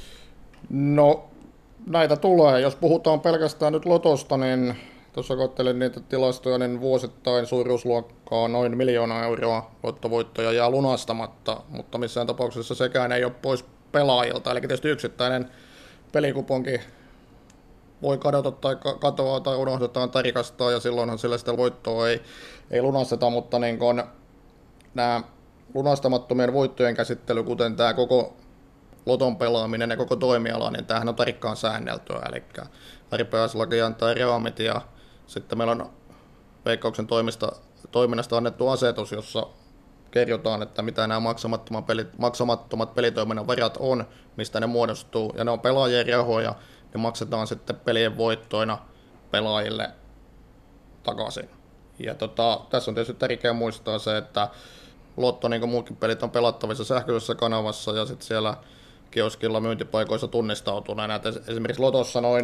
No, näitä tulee. Jos puhutaan pelkästään nyt lotosta, niin tuossa katselin niitä tilastoja, niin vuosittain suuruusluokkaa noin 1 miljoonaa euroa lottovoittoja jää lunastamatta, mutta missään tapauksessa sekään ei ole pois pelaajilta. Eli tietysti yksittäinen pelikuponki voi kadota tai katoa tai unohdetaan tai rikastaa, ja silloinhan sillä sitä voittoa ei lunasteta, mutta niin kun nämä lunastamattomien voittojen käsittely, kuten tämä koko loton pelaaminen ja koko toimiala, niin tämähän on tarkkaan säänneltyä, eli arpajaislaki antaa raamit, ja sitten meillä on Veikkauksen toiminnasta annettu asetus, jossa kerrotaan, että mitä nämä maksamattomat pelitoiminnan varat on, mistä ne muodostuu, ja ne on pelaajien rahoja, ne maksetaan sitten pelien voittoina pelaajille takaisin. Ja tässä on tietysti tärkeää muistaa se, että lotto, niin kuin muutkin pelit, on pelattavissa sähköisessä kanavassa ja sitten siellä kioskilla myyntipaikoissa tunnistautuneena. Esimerkiksi lotossa noin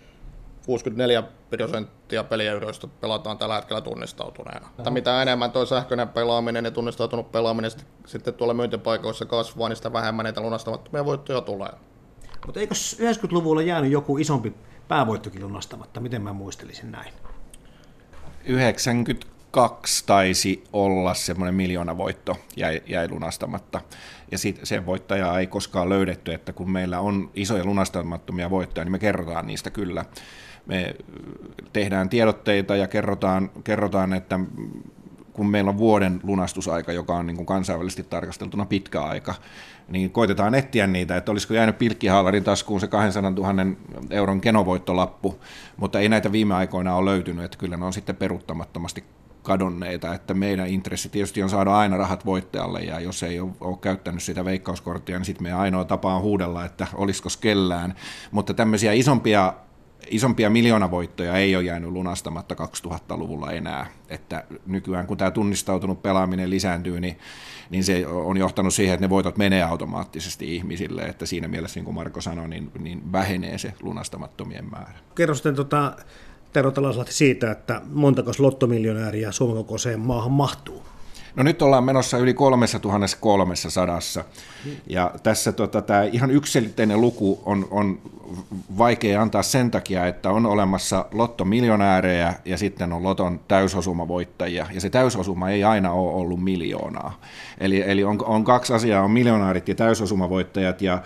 64% pelieuroista pelataan tällä hetkellä tunnistautuneena. Mitä enemmän tuo sähköinen pelaaminen ja tunnistautunut pelaaminen sitten tuolla myyntipaikoissa kasvaa, niin sitä vähemmän niitä lunastamattomia voittoja tulee. Mutta eikö 90-luvulla jäänyt joku isompi päävoittokin lunastamatta? Miten mä muistelisin näin? 2 taisi olla semmoinen miljoonavoitto, jäi lunastamatta. Ja sen voittajaa ei koskaan löydetty, että kun meillä on isoja lunastamattomia voittoja, niin me kerrotaan niistä kyllä. Me tehdään tiedotteita ja kerrotaan, että kun meillä on vuoden lunastusaika, joka on niin kuin kansainvälisesti tarkasteltuna pitkä aika, niin koitetaan etsiä niitä, että olisiko jäänyt pilkkihaalarin taskuun se 200 000 euron kenovoittolappu, mutta ei näitä viime aikoina ole löytynyt, että kyllä ne on sitten peruuttamattomasti kadonneita, että meidän intressi tietysti on saada aina rahat voittajalle, ja jos ei ole käyttänyt sitä veikkauskorttia, niin sitten meidän ainoa tapa on huudella, että olisiko kellään, mutta tämmöisiä isompia miljoonavoittoja ei ole jäänyt lunastamatta 2000-luvulla enää, että nykyään kun tämä tunnistautunut pelaaminen lisääntyy, niin se on johtanut siihen, että ne voitot menee automaattisesti ihmisille, että siinä mielessä, niin kuin Marko sanoi, niin vähenee se lunastamattomien määrä. Kerro sitten Tero Talaslahti siitä, että montako lottomiljonääriä Suomen kokoiseen maahan mahtuu? No nyt ollaan menossa yli 3300, ja tässä tämä ihan yksiselitteinen luku on vaikea antaa sen takia, että on olemassa lottomiljonäärejä ja sitten on loton täysosumavoittajia, ja se täysosuma ei aina ole ollut miljoonaa. Eli on kaksi asiaa, on miljonäärit ja täysosumavoittajat, ja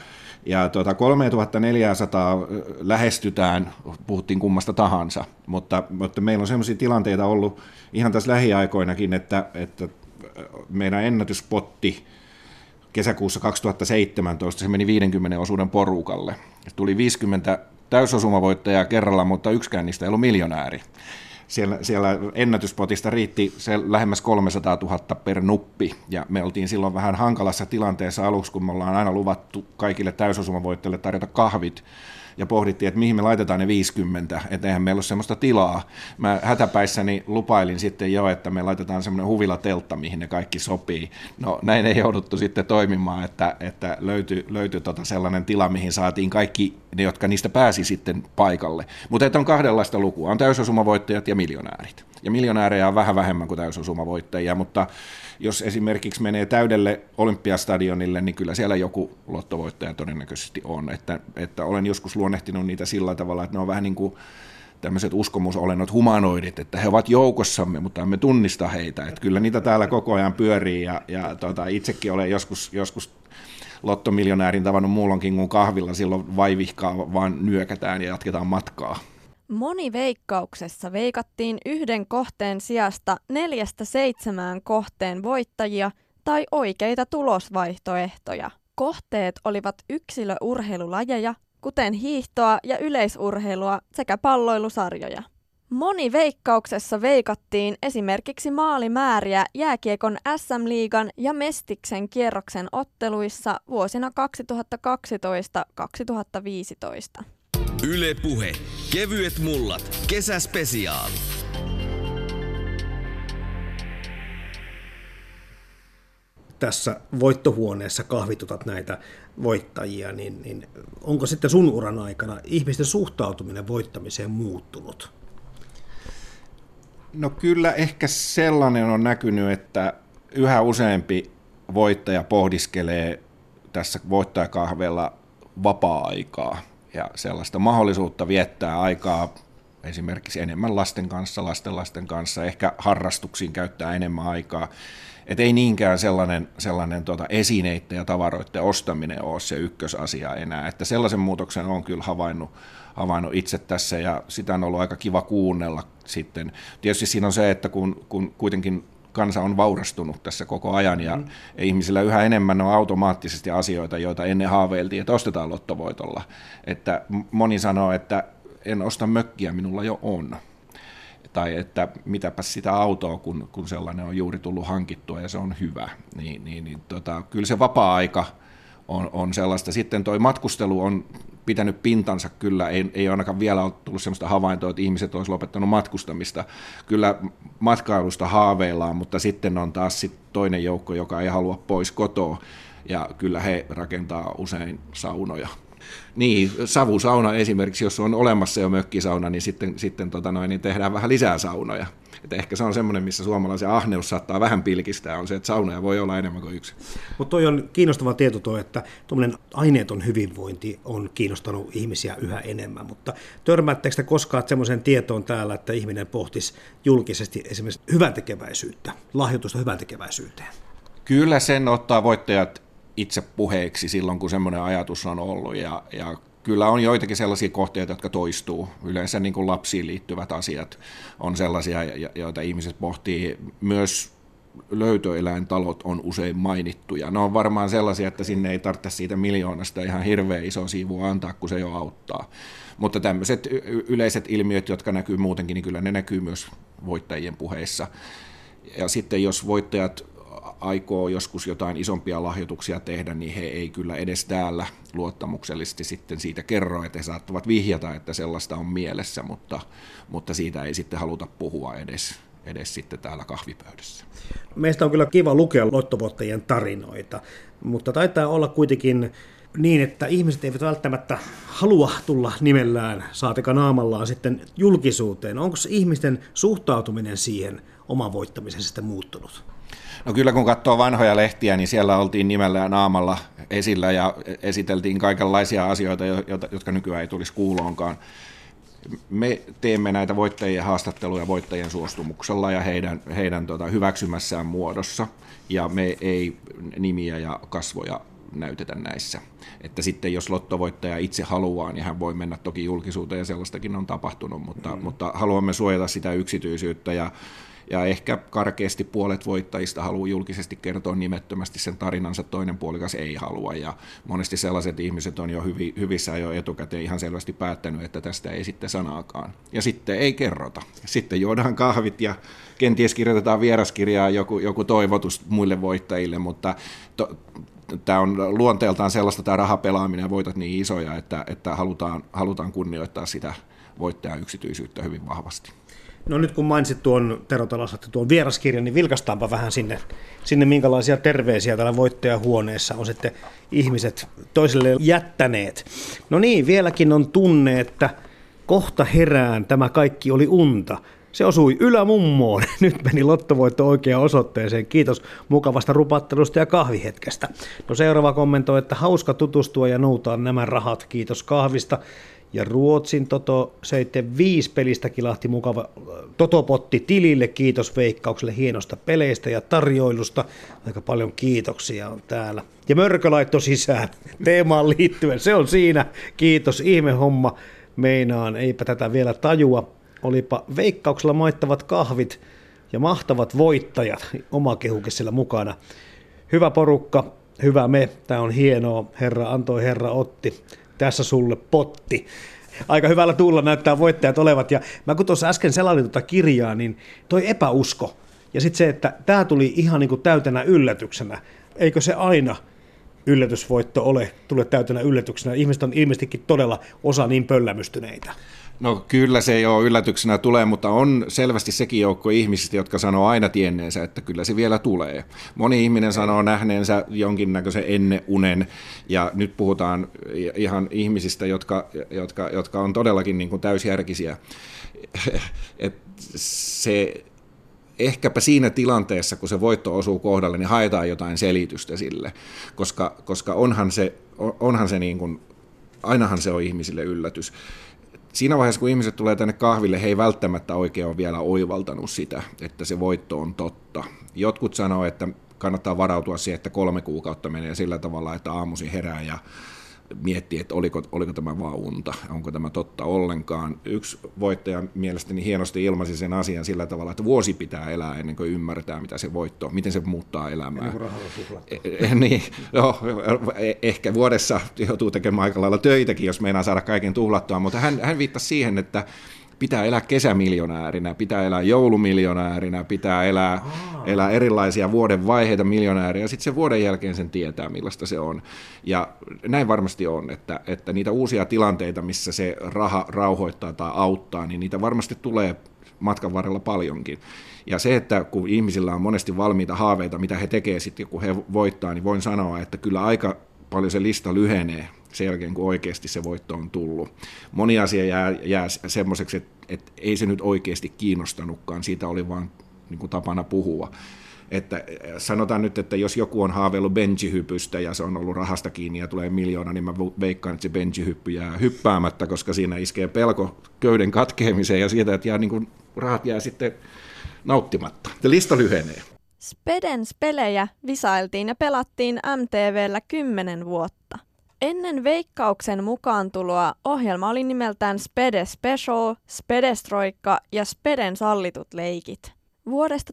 3400 lähestytään, puhuttiin kummasta tahansa, mutta meillä on sellaisia tilanteita ollut ihan tässä lähiaikoinakin, että meidän ennätyspotti kesäkuussa 2017, se meni 50 osuuden porukalle. Tuli 50 täysosumavoittajaa kerralla, mutta yksikään niistä ei ollut miljonääri. Siellä ennätyspotista riitti se lähemmäs 300 000 per nuppi, ja me oltiin silloin vähän hankalassa tilanteessa aluksi, kun me ollaan aina luvattu kaikille täysosumavoittajille tarjota kahvit, ja pohdittiin, että mihin me laitetaan ne 50, että eihän meillä ole semmoista tilaa. Mä hätäpäissäni lupailin sitten jo, että me laitetaan semmoinen huvilateltta, mihin ne kaikki sopii. No näin ei jouduttu sitten toimimaan, että löytyi sellainen tila, mihin saatiin kaikki ne, jotka niistä pääsi sitten paikalle. Mutta on kahdenlaista lukua, on täysosumavoittajat ja miljonäärit. Ja miljonäärejä on vähän vähemmän kuin täysosumavoittajia, mutta jos esimerkiksi menee täydelle Olympiastadionille, niin kyllä siellä joku lottovoittaja todennäköisesti on. Että olen joskus luonnehtinut niitä sillä tavalla, että ne on vähän niin kuin tämmöiset uskomusolennot, humanoidit, että he ovat joukossamme, mutta emme tunnista heitä. Että kyllä niitä täällä koko ajan pyörii, ja itsekin olen joskus lottomiljonäärin tavannut muulloinkin kuin kahvilla, silloin vaivihkaa vaan nyökätään ja jatketaan matkaa. Moniveikkauksessa veikattiin yhden kohteen sijasta 4-7 kohteen voittajia tai oikeita tulosvaihtoehtoja. Kohteet olivat yksilöurheilulajeja, kuten hiihtoa ja yleisurheilua sekä palloilusarjoja. Moniveikkauksessa veikattiin esimerkiksi maalimääriä jääkiekon SM-liigan ja Mestiksen kierroksen otteluissa vuosina 2012-2015. Yle Puhe. Kevyet mullat. Kesäspesiaali. Tässä voittohuoneessa kahvitutat näitä voittajia, niin onko sitten sun uran aikana ihmisten suhtautuminen voittamiseen muuttunut? No kyllä ehkä sellainen on näkynyt, että yhä useampi voittaja pohdiskelee tässä voittajakahvella vapaa-aikaa ja sellaista mahdollisuutta viettää aikaa esimerkiksi enemmän lasten kanssa, lastenlasten kanssa, ehkä harrastuksiin käyttää enemmän aikaa. Et ei niinkään sellainen esineiden ja tavaroiden ostaminen ole se ykkösasia enää. Että sellaisen muutoksen on kyllä havainnut itse tässä, ja sitä on ollut aika kiva kuunnella sitten. Tietysti siinä on se, että kun kuitenkin kansa on vaurastunut tässä koko ajan, ja ihmisillä yhä enemmän on automaattisesti asioita, joita ennen haaveiltiin, että ostetaan lottovoitolla. Että moni sanoo, että en osta mökkiä, minulla jo on. Tai että mitäpäs sitä autoa, kun sellainen on juuri tullut hankittua ja se on hyvä. Kyllä se vapaa-aika on sellaista. Sitten toi matkustelu on pitänyt pintansa kyllä, ei ainakaan vielä ole tullut sellaista havaintoa, että ihmiset olisi lopettanut matkustamista. Kyllä matkailusta haaveillaan, mutta sitten on taas toinen joukko, joka ei halua pois kotoa, ja kyllä he rakentaa usein saunoja. Niin, savusauna esimerkiksi, jos on olemassa jo mökkisauna, niin sitten niin tehdään vähän lisää saunoja. Että ehkä se on semmoinen, missä suomalaisen ahneus saattaa vähän pilkistää, on se, että saunoja voi olla enemmän kuin yksi. Mutta toi on kiinnostava tieto tuo, että tuommoinen aineeton hyvinvointi on kiinnostanut ihmisiä yhä enemmän, mutta törmäättekö te koskaan semmoiseen tietoon täällä, että ihminen pohtisi julkisesti esimerkiksi hyväntekeväisyyttä, lahjoitusta hyväntekeväisyyteen? Kyllä sen ottaa voittajat itse puheeksi silloin, kun semmoinen ajatus on ollut, ja kyllä on joitakin sellaisia kohteita, jotka toistuu. Yleensä niin kuin lapsiin liittyvät asiat on sellaisia, joita ihmiset pohtii. Myös löytöeläintalot on usein mainittuja. Ne on varmaan sellaisia, että sinne ei tarvitse siitä miljoonasta ihan hirveän iso siivua antaa, kun se jo auttaa. Mutta tämmöiset yleiset ilmiöt, jotka näkyy muutenkin, niin kyllä ne näkyy myös voittajien puheissa. Ja sitten jos voittajat aikoo joskus jotain isompia lahjoituksia tehdä, niin he ei kyllä edes täällä luottamuksellisesti sitten siitä kerro, että he saattavat vihjata, että sellaista on mielessä, mutta siitä ei sitten haluta puhua edes sitten täällä kahvipöydässä. Meistä on kyllä kiva lukea lottovoittajien tarinoita, mutta taitaa olla kuitenkin niin, että ihmiset eivät välttämättä halua tulla nimellään, saatika naamallaan sitten julkisuuteen. Onko ihmisten suhtautuminen siihen oman voittamiseen sitten muuttunut? No kyllä kun katsoo vanhoja lehtiä, niin siellä oltiin nimellä ja naamalla esillä ja esiteltiin kaikenlaisia asioita, jotka nykyään ei tulisi kuuloonkaan. Me teemme näitä voittajien haastatteluja voittajien suostumuksella ja heidän hyväksymässään muodossa, ja me ei nimiä ja kasvoja näytetä näissä. Että sitten jos lottovoittaja itse haluaa, niin hän voi mennä toki julkisuuteen, ja sellaistakin on tapahtunut, mutta haluamme suojata sitä yksityisyyttä, ja ehkä karkeasti puolet voittajista haluaa julkisesti kertoa nimettömästi sen tarinansa, toinen puolikas ei halua, ja monesti sellaiset ihmiset on jo hyvissä jo etukäteen ihan selvästi päättänyt, että tästä ei sitten sanaakaan. Ja sitten ei kerrota. Sitten juodaan kahvit ja kenties kirjoitetaan vieraskirjaa joku toivotus muille voittajille, mutta tämä on luonteeltaan sellaista, tämä rahapelaaminen ja voitot niin isoja, että halutaan kunnioittaa sitä voittajan yksityisyyttä hyvin vahvasti. No nyt kun mainitsit tuon Tero Talaslahti, tuon vieraskirjan, niin vilkastaanpa vähän sinne minkälaisia terveisiä täällä voittajahuoneessa on sitten ihmiset toiselle jättäneet. No niin, vieläkin on tunne, että kohta herään, tämä kaikki oli unta. Se osui ylämummoon. Nyt meni lottovoitto oikeaan osoitteeseen. Kiitos mukavasta rupattelusta ja kahvihetkestä. No seuraava kommentoi, että hauska tutustua ja noutaa nämä rahat. Kiitos kahvista. Ja Ruotsin Toto 75 pelistä kilahti mukava Totopotti tilille. Kiitos Veikkaukselle hienosta peleistä ja tarjoilusta. Aika paljon kiitoksia on täällä. Ja Mörkö laittoi sisään teemaan liittyen. Se on siinä. Kiitos. Ihme homma. Meinaan. Eipä tätä vielä tajua. Olipa Veikkauksella maittavat kahvit ja mahtavat voittajat. Oma kehukin siellä mukana. Hyvä porukka. Hyvä me. Tämä on hienoa. Herra antoi, herra otti. Tässä sulle potti. Aika hyvällä tuulla näyttää voittajat olevat. Ja mä kun tuossa äsken selailin tuota kirjaa, niin toi epäusko. Ja sitten se, että tämä tuli ihan niin kuin täytenä yllätyksenä. Eikö se aina yllätysvoitto tule täytenä yllätyksenä? Ihmiset on ilmeisestikin todella osa niin pöllämystyneitä. No kyllä se jo yllätyksenä tulee, mutta on selvästi sekin joukko ihmisistä, jotka sanoo aina tienneensä, että kyllä se vielä tulee. Moni ihminen sanoo nähneensä jonkinnäköisen enneunen, ja nyt puhutaan ihan ihmisistä, jotka on todellakin niin kuin täysjärkisiä. Se ehkäpä siinä tilanteessa, kun se voitto osuu kohdalle, niin haetaan jotain selitystä sille, koska onhan se niin kuin, ainahan se on ihmisille yllätys. Siinä vaiheessa, kun ihmiset tulee tänne kahville, he ei välttämättä oikein ole vielä oivaltanut sitä, että se voitto on totta. Jotkut sanoo, että kannattaa varautua siihen, että 3 kuukautta menee sillä tavalla, että aamuisin herää ja miettii, että oliko tämä vaan unta, onko tämä totta ollenkaan. Yksi voittaja mielestäni hienosti ilmaisi sen asian sillä tavalla, että vuosi pitää elää ennen kuin ymmärtää, mitä se voitto on, miten se muuttaa elämää. Niin, ehkä vuodessa joutuu tekemään aika lailla töitäkin, jos meinaa saada kaiken tuhlattua, mutta hän viittasi siihen, että pitää elää kesämiljonäärinä, pitää elää joulumiljonäärinä, pitää elää erilaisia vuoden vaiheita miljonäärinä, ja sitten sen vuoden jälkeen sen tietää, millaista se on. Ja näin varmasti on, että niitä uusia tilanteita, missä se raha rauhoittaa tai auttaa, niin niitä varmasti tulee matkan varrella paljonkin. Ja se, että kun ihmisillä on monesti valmiita haaveita, mitä he tekevät sitten, kun he voittaa, niin voin sanoa, että kyllä aika paljon se lista lyhenee sen jälkeen, kun oikeasti se voitto on tullut. Moni asia jää semmoiseksi, että ei se nyt oikeasti kiinnostanutkaan, siitä oli vaan niin kuin tapana puhua. Että sanotaan nyt, että jos joku on haaveillut benji-hypystä ja se on ollut rahasta kiinni ja tulee 1 miljoona, niin mä veikkaan, että se benji-hyppy jää hyppäämättä, koska siinä iskee pelko köyden katkeamiseen ja siitä, että niin kuin rahat jää sitten nauttimatta. Lista lyhenee. Spedens pelejä visailtiin ja pelattiin MTV:llä 10 vuotta. Ennen Veikkauksen mukaantuloa ohjelma oli nimeltään Spede Special, Spedestroikka ja Speden sallitut leikit. Vuodesta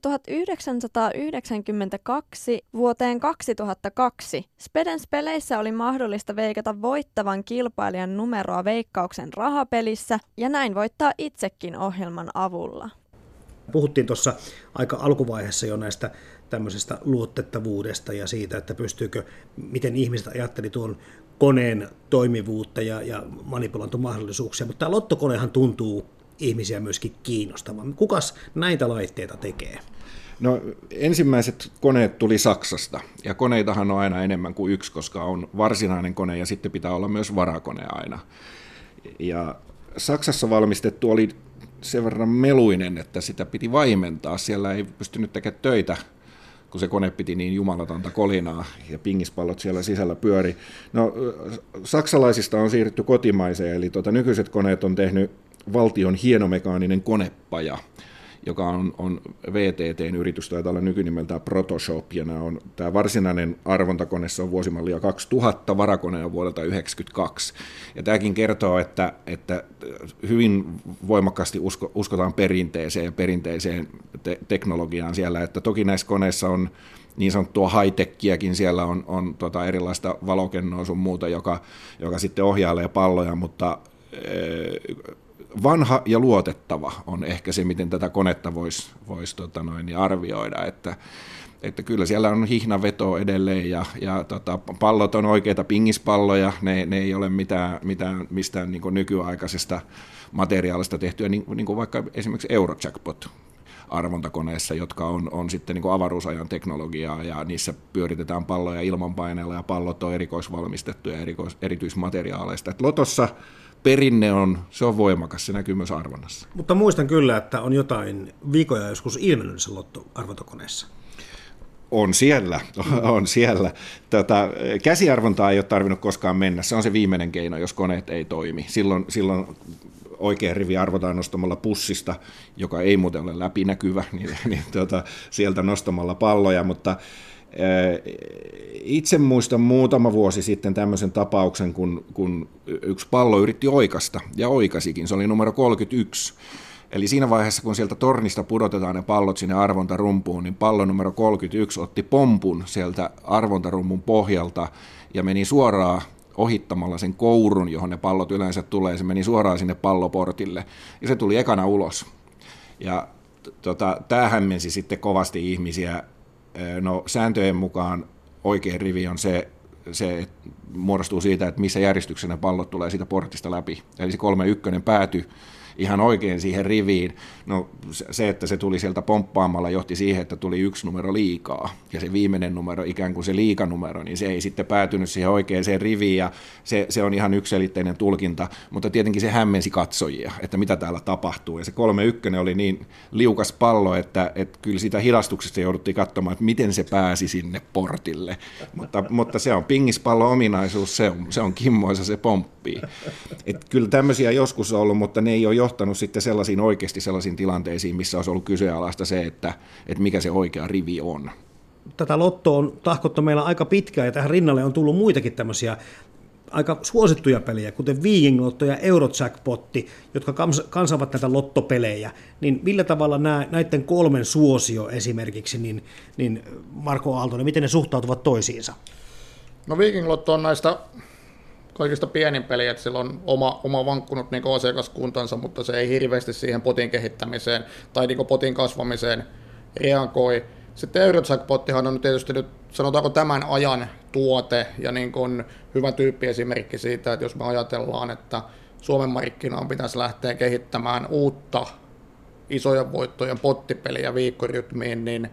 1992 vuoteen 2002 Spedens peleissä oli mahdollista veikata voittavan kilpailijan numeroa Veikkauksen rahapelissä ja näin voittaa itsekin ohjelman avulla. Puhuttiin tuossa aika alkuvaiheessa jo näistä tämmöisestä luotettavuudesta ja siitä, että miten ihmiset ajatteli tuon koneen toimivuutta ja manipulointimahdollisuuksia, mutta tämä lottokonehan tuntuu ihmisiä myöskin kiinnostavan. Kukas näitä laitteita tekee? No, ensimmäiset koneet tuli Saksasta, ja koneitahan on aina enemmän kuin yksi, koska on varsinainen kone ja sitten pitää olla myös varakone aina. Ja Saksassa valmistettu oli sen verran meluinen, että sitä piti vaimentaa. Siellä ei pystynyt tekemään töitä, kun se kone piti niin jumalatonta kolinaa ja pingispallot siellä sisällä pyöri. No, saksalaisista on siirrytty kotimaiseen, eli nykyiset koneet on tehnyt valtion hienomekaaninen konepaja, joka on VTT:n yritys, taitaa olla nykynimeltään Protoshop, ja tämä varsinainen arvontakone, se on vuosimallia 2000, varakone on vuodelta 1992. Ja tämäkin kertoo, että hyvin voimakkaasti uskotaan perinteeseen ja perinteiseen teknologiaan siellä, että toki näissä koneissa on niin sanottua high-techiäkin, siellä on erilaista valokennoa sun muuta, joka sitten ohjailee palloja, mutta vanha ja luotettava on ehkä se, miten tätä konetta voisi arvioida, että kyllä siellä on hihnavetoa edelleen ja pallot on oikeita pingispalloja, ne ei ole mistään niin kuin nykyaikaisesta materiaalista tehtyä, niin kuin vaikka esimerkiksi Eurojackpot arvontakoneissa, jotka on sitten niin kuin avaruusajan teknologiaa ja niissä pyöritetään palloja ilmanpaineella ja pallot on erikoisvalmistettu ja erityismateriaaleista. Et lotossa perinne on voimakas, se näkyy myös arvonnassa. Mutta muistan kyllä, että on jotain viikoja joskus ilmennyt se lottoarvontakoneessa. On siellä. Käsiarvontaa ei ole tarvinnut koskaan mennä, se on se viimeinen keino, jos koneet ei toimi. Silloin oikea rivi arvotaan nostamalla pussista, joka ei muuten ole läpinäkyvä, sieltä nostamalla palloja, mutta itse muistan muutama vuosi sitten tämmöisen tapauksen, kun yksi pallo yritti oikasta, ja oikasikin, se oli numero 31. Eli siinä vaiheessa, kun sieltä tornista pudotetaan ne pallot sinne arvontarumpuun, niin pallo numero 31 otti pompun sieltä arvontarummun pohjalta ja meni suoraan ohittamalla sen kourun, johon ne pallot yleensä tulee, se meni suoraan sinne palloportille, ja se tuli ekana ulos. Ja tämä hämmensi sitten kovasti ihmisiä. No, sääntöjen mukaan oikea rivi on se muodostuu siitä, että missä järjestyksessä ne pallot tulee siitä portista läpi. Eli se 3-1 päätyi ihan oikein siihen riviin. No, se, että se tuli sieltä pomppaamalla, johti siihen, että tuli yksi numero liikaa. Ja se viimeinen numero, ikään kuin se liikanumero, niin se ei sitten päätynyt siihen oikeaan riviin. Ja se on ihan yksiselitteinen tulkinta, mutta tietenkin se hämmensi katsojia, että mitä täällä tapahtuu. Ja se 3-1 oli niin liukas pallo, että kyllä sitä hidastuksesta jouduttiin katsomaan, että miten se pääsi sinne portille. Mutta se on pingispallo-ominaisuus, se on kimmoisa, se pomppii. Et kyllä tämmöisiä joskus on ollut, mutta ne ei ole johtanut sitten oikeasti sellaisiin tilanteisiin, missä olisi ollut kyseenalaista se, että mikä se oikea rivi on. Tätä lottoa on tahkottu meillä aika pitkään, ja tähän rinnalle on tullut muitakin tämmöisiä aika suosittuja pelejä, kuten Viking Lotto ja Eurojackpotti, jotka kansavat näitä lottopelejä. Niin millä tavalla näiden kolmen suosio esimerkiksi, niin Marko Aaltonen, miten ne suhtautuvat toisiinsa? No Viking Lotto on näistä kaikista pienin peli, että sillä on oma vankkunut niin asiakaskuntansa, mutta se ei hirveästi siihen potin kehittämiseen tai niin potin kasvamiseen reagoi. Sitten Eurojackpottihan on tietysti nyt, sanotaanko tämän ajan tuote ja niin kuin hyvä tyyppiesimerkki siitä, että jos me ajatellaan, että Suomen markkinaan pitäisi lähteä kehittämään uutta isojen voittojen pottipeliä viikkorytmiin, niin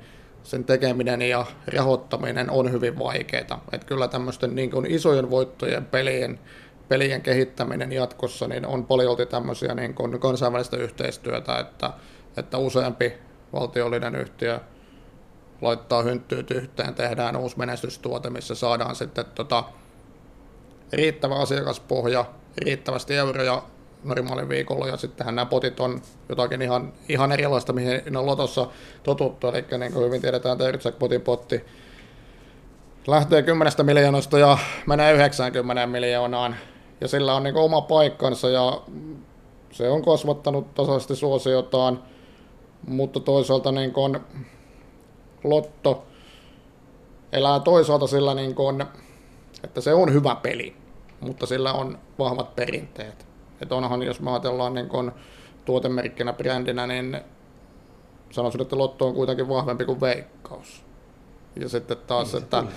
sen tekeminen ja rahoittaminen on hyvin vaikeaa. Että kyllä tämmöisten niin kuin isojen voittojen pelien kehittäminen jatkossa niin on paljolti tämmöisiä niin kuin kansainvälistä yhteistyötä, että useampi valtiollinen yhtiö laittaa hynttyyt yhteen, tehdään uusi menestystuote, missä saadaan sitten riittävä asiakaspohja, riittävästi euroja normaalin viikolla, ja sittenhän nämä potit on jotakin ihan erilaista, mihin ne on lotossa totuttu, eli niin kuin hyvin tiedetään, että Jackpotin potti lähtee 10 miljoonasta ja menee 90 miljoonaan, ja sillä on niin kuin oma paikkansa, ja se on kasvattanut tasaisesti suosiotaan, mutta toisaalta niin kuin lotto elää toisaalta sillä, niin kuin, että se on hyvä peli, mutta sillä on vahvat perinteet. Että onhan, jos me ajatellaan niin kuin tuotemerkkinä, brändinä, niin sanoisin, että lotto on kuitenkin vahvempi kuin Veikkaus. Ja sitten taas,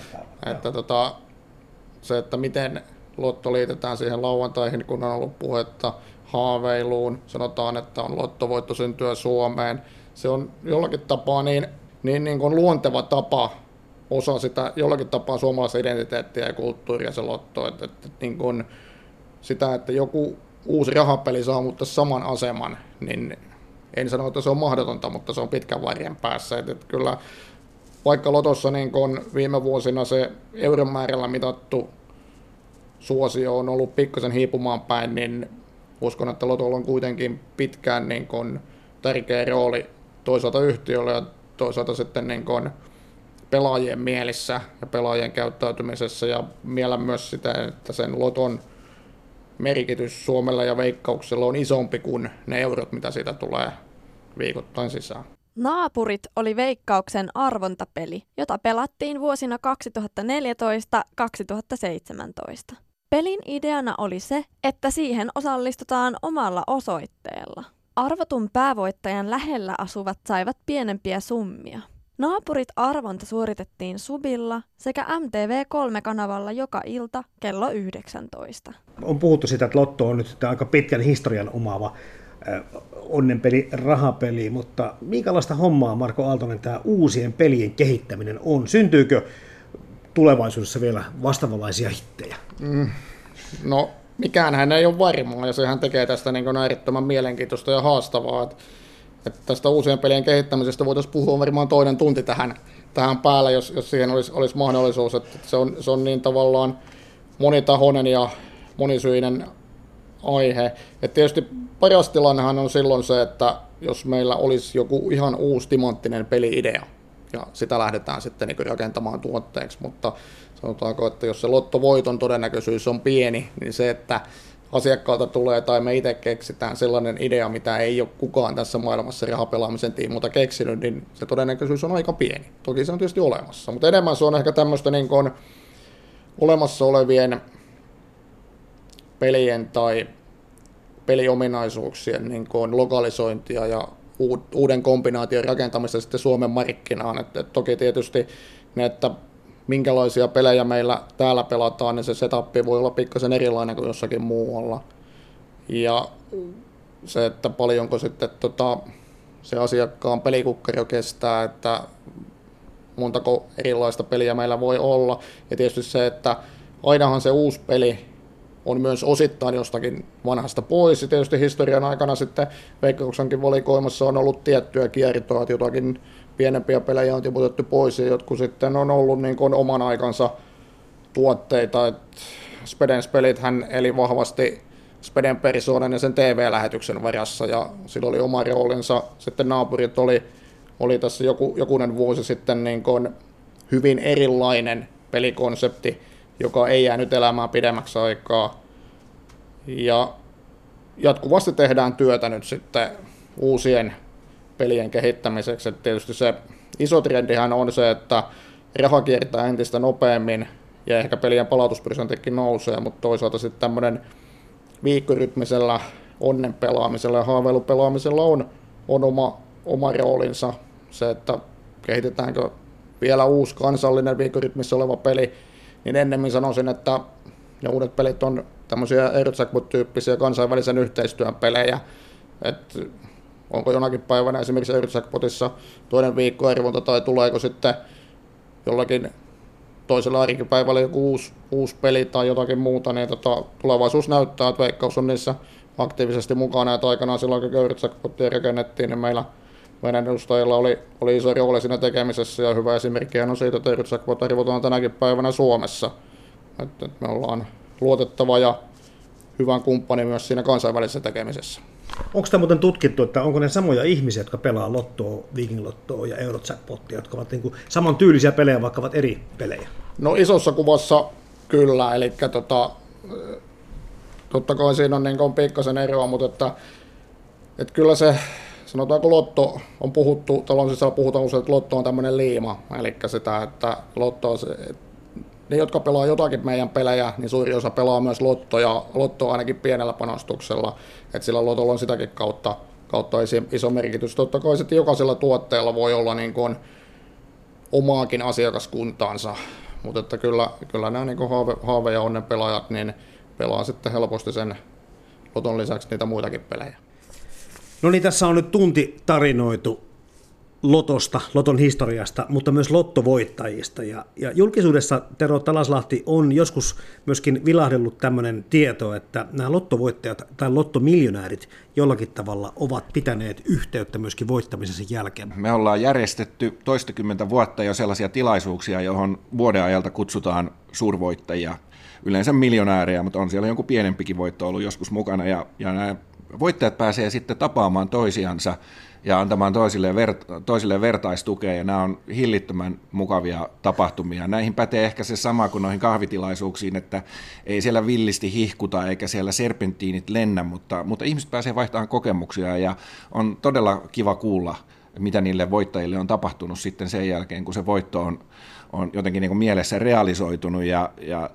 se, että miten lotto liitetään siihen lauantaihin, kun on ollut puhetta haaveiluun, sanotaan, että on lottovoitto syntyä Suomeen. Se on jollakin tapaa niin kuin luonteva tapa osa sitä jollakin tapaa suomalaista identiteettiä ja kulttuuria se lotto. Että niin kuin sitä, että joku uusi rahapeli saavuttaa saman aseman, niin en sano, että se on mahdotonta, mutta se on pitkän varjen päässä. Että kyllä vaikka lotossa niin kun viime vuosina se euromäärällä mitattu suosio on ollut pikkasen hiipumaan päin, niin uskon, että lotolla on kuitenkin pitkään niin kun tärkeä rooli toisaalta yhtiöllä ja toisaalta sitten niin kun pelaajien mielissä ja pelaajien käyttäytymisessä, ja miellä myös sitä, että sen loton merkitys Suomella ja Veikkauksella on isompi kuin ne eurot, mitä siitä tulee viikoittain sisään. Naapurit oli Veikkauksen arvontapeli, jota pelattiin vuosina 2014-2017. Pelin ideana oli se, että siihen osallistutaan omalla osoitteella. Arvotun päävoittajan lähellä asuvat saivat pienempiä summia. Naapurit-arvonta suoritettiin Subilla sekä MTV3-kanavalla joka ilta kello 19. On puhuttu siitä, että lotto on nyt aika pitkän historian omaava onnenpeli, rahapeli, mutta minkälaista hommaa, Marko Aaltonen, tämä uusien pelien kehittäminen on? Syntyykö tulevaisuudessa vielä vastaavanlaisia hittejä? No, mikäänhän ei ole varmaa, ja sehän tekee tästä niin kuin äärettömän mielenkiintoista ja haastavaa. Että tästä uusien pelien kehittämisestä voitaisiin puhua varmaan toinen tunti tähän päälle, jos siihen olisi mahdollisuus. Että se on niin tavallaan monitahoinen ja monisyinen aihe. Et tietysti paras tilannehan on silloin se, että jos meillä olisi joku ihan uusi timanttinen peli-idea, ja sitä lähdetään sitten niin rakentamaan tuotteeksi, mutta sanotaanko, että jos se lottovoiton todennäköisyys on pieni, niin se, että asiakkaalta tulee tai me itse keksitään sellainen idea, mitä ei ole kukaan tässä maailmassa rahapelaamisen tiimulta keksinyt, niin se todennäköisyys on aika pieni. Toki se on tietysti olemassa, mutta enemmän se on ehkä tämmöistä niin kuin olemassa olevien pelien tai peliominaisuuksien niin kuin lokalisointia ja uuden kombinaation rakentamista sitten Suomen markkinaan. Et toki tietysti ne, että minkälaisia pelejä meillä täällä pelataan, niin se setup voi olla pikkasen erilainen kuin jossakin muualla. Ja se, että paljonko sitten se asiakkaan pelikukkaro kestää, että montako erilaista peliä meillä voi olla. Ja tietysti se, että ainahan se uusi peli on myös osittain jostakin vanhasta pois. Ja tietysti historian aikana sitten Veikkauksenkin valikoimassa on ollut tiettyä kiertoa, että jotakin pienempiä pelejä on tiputettu pois, ja jotkut sitten on ollut niin kuin oman aikansa tuotteita. Spedens pelithän eli vahvasti Speden persoonan ja sen TV-lähetyksen varassa, ja sillä oli oma roolinsa. Sitten naapurit oli tässä jokunen vuosi sitten niin kuin hyvin erilainen pelikonsepti, joka ei jäänyt elämään pidemmäksi aikaa. Ja jatkuvasti tehdään työtä nyt sitten uusien pelien kehittämiseksi. Et tietysti se iso trendihän on se, että raha kiertää entistä nopeammin ja ehkä pelien palautusprosenttikin nousee, mutta toisaalta sitten tämmöinen viikkorytmisellä onnen pelaamisella ja haaveilupelaamisella on oma roolinsa. Se, että kehitetäänkö vielä uusi kansallinen viikkorytmissä oleva peli, niin ennemmin sanoisin, että ne uudet pelit on tämmöisiä Eurojackpot-tyyppisiä kansainvälisen yhteistyön pelejä. Et onko jonakin päivänä esimerkiksi Eurojackpotissa toinen viikkoarvonta tai tuleeko sitten jollakin toisella arkipäivällä joku uusi peli tai jotakin muuta, niin tulevaisuus näyttää, että Veikkaus on niissä aktiivisesti mukana, että aikanaan silloin, kun Eurojackpotia rakennettiin, niin meidän edustajilla oli iso rooli siinä tekemisessä, ja hyvä esimerkki on siitä, että Eurojackpot arvotaan tänäkin päivänä Suomessa. Että me ollaan luotettava ja hyvän kumppani myös siinä kansainvälisessä tekemisessä. Onko tämä muuten tutkittu, että onko ne samoja ihmisiä, jotka pelaa Lottoa, Viking Lottoa ja Eurojackpotia, jotka ovat niin saman tyylisiä pelejä, vaikka ovat eri pelejä? No isossa kuvassa kyllä, eli totta kai siinä on pikkasen eroa, mutta että kyllä se, sanotaanko Lotto on puhuttu, talon sisällä puhutaan usein, että Lotto on tämmöinen liima, eli sitä, että Lotto ne, jotka pelaa jotakin meidän pelejä, niin suuri osa pelaa myös Lottoa ainakin pienellä panostuksella, että sillä Lotolla on sitäkin kautta iso merkitys. Totta kai sitten jokaisella tuotteella voi olla niin kuin omaakin asiakaskuntaansa, mutta että kyllä nämä niin kuin haave- ja onnen pelaajat niin pelaa sitten helposti sen Loton lisäksi niitä muitakin pelejä. No niin, tässä on nyt tunti tarinoitu Lotosta, Loton historiasta, mutta myös lottovoittajista. Ja julkisuudessa Tero Talaslahti on joskus myöskin vilahdellut tämmöinen tieto, että nämä lottovoittajat tai lottomiljonäärit jollakin tavalla ovat pitäneet yhteyttä myöskin voittamisensa jälkeen. Me ollaan järjestetty toistakymmentä vuotta jo sellaisia tilaisuuksia, johon vuoden ajalta kutsutaan suurvoittajia, yleensä miljonäärejä, mutta on siellä jonkun pienempikin voitto ollut joskus mukana, ja nämä voittajat pääsee sitten tapaamaan toisiansa ja antamaan toisilleen vertaistukea, ja nämä on hillittömän mukavia tapahtumia. Näihin pätee ehkä se sama kuin noihin kahvitilaisuuksiin, että ei siellä villisti hihkuta eikä siellä serpentiinit lennä, mutta ihmiset pääsee vaihtamaan kokemuksia, ja on todella kiva kuulla, mitä niille voittajille on tapahtunut sitten sen jälkeen, kun se voitto on jotenkin niin kuin mielessä realisoitunut, ja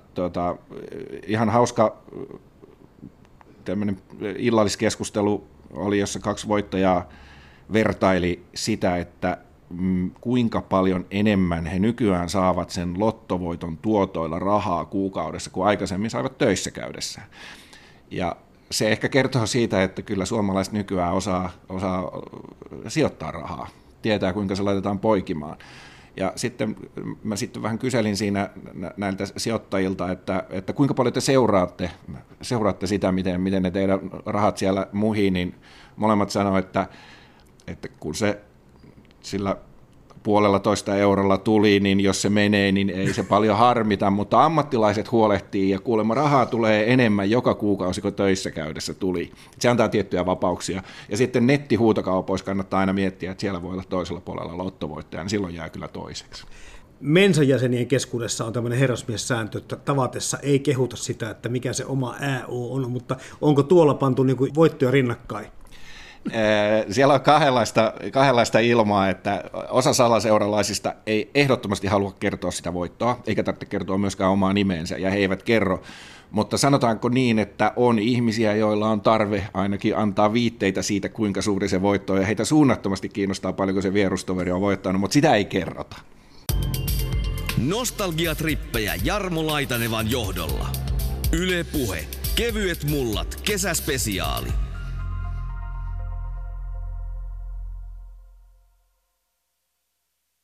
ihan hauska tämmöinen illalliskeskustelu oli, jossa kaksi voittajaa vertaili sitä, että kuinka paljon enemmän he nykyään saavat sen lottovoiton tuotoilla rahaa kuukaudessa kuin aikaisemmin saivat töissä käydessään. Ja se ehkä kertoo siitä, että kyllä suomalaiset nykyään osaa sijoittaa rahaa, tietää kuinka se laitetaan poikimaan. Ja sitten mä vähän kyselin siinä näiltä sijoittajilta, että kuinka paljon te seuraatte sitä, miten ne teidän rahat siellä muhii, niin molemmat sanoivat, että kun se sillä 1,5 eurolla tuli, niin jos se menee, niin ei se paljon harmita, mutta ammattilaiset huolehtii ja kuulemma rahaa tulee enemmän joka kuukausi, kun töissä käydessä tuli. Se antaa tiettyjä vapauksia. Ja sitten nettihuutokaupoissa kannattaa aina miettiä, että siellä voi olla toisella puolella lottovoittaja, niin silloin jää kyllä toiseksi. Mensan jäsenien keskuudessa on tämmöinen herrasmiessääntö, että tavatessa ei kehuta sitä, että mikä se oma ÄO on, mutta onko tuolla pantu niin kuin voittoja rinnakkain? Siellä on kahdenlaista ilmaa, että osa salaseuralaisista ei ehdottomasti halua kertoa sitä voittoa, eikä tarvitse kertoa myöskään omaa nimeensä, ja he eivät kerro. Mutta sanotaanko niin, että on ihmisiä, joilla on tarve ainakin antaa viitteitä siitä, kuinka suuri se voitto on, ja heitä suunnattomasti kiinnostaa paljonko se vierustoveri on voittanut, mutta sitä ei kerrota. Nostalgiatrippejä Jarmo Laitanevan johdolla. Yle Puhe. Kevyet mullat. Kesäspesiaali.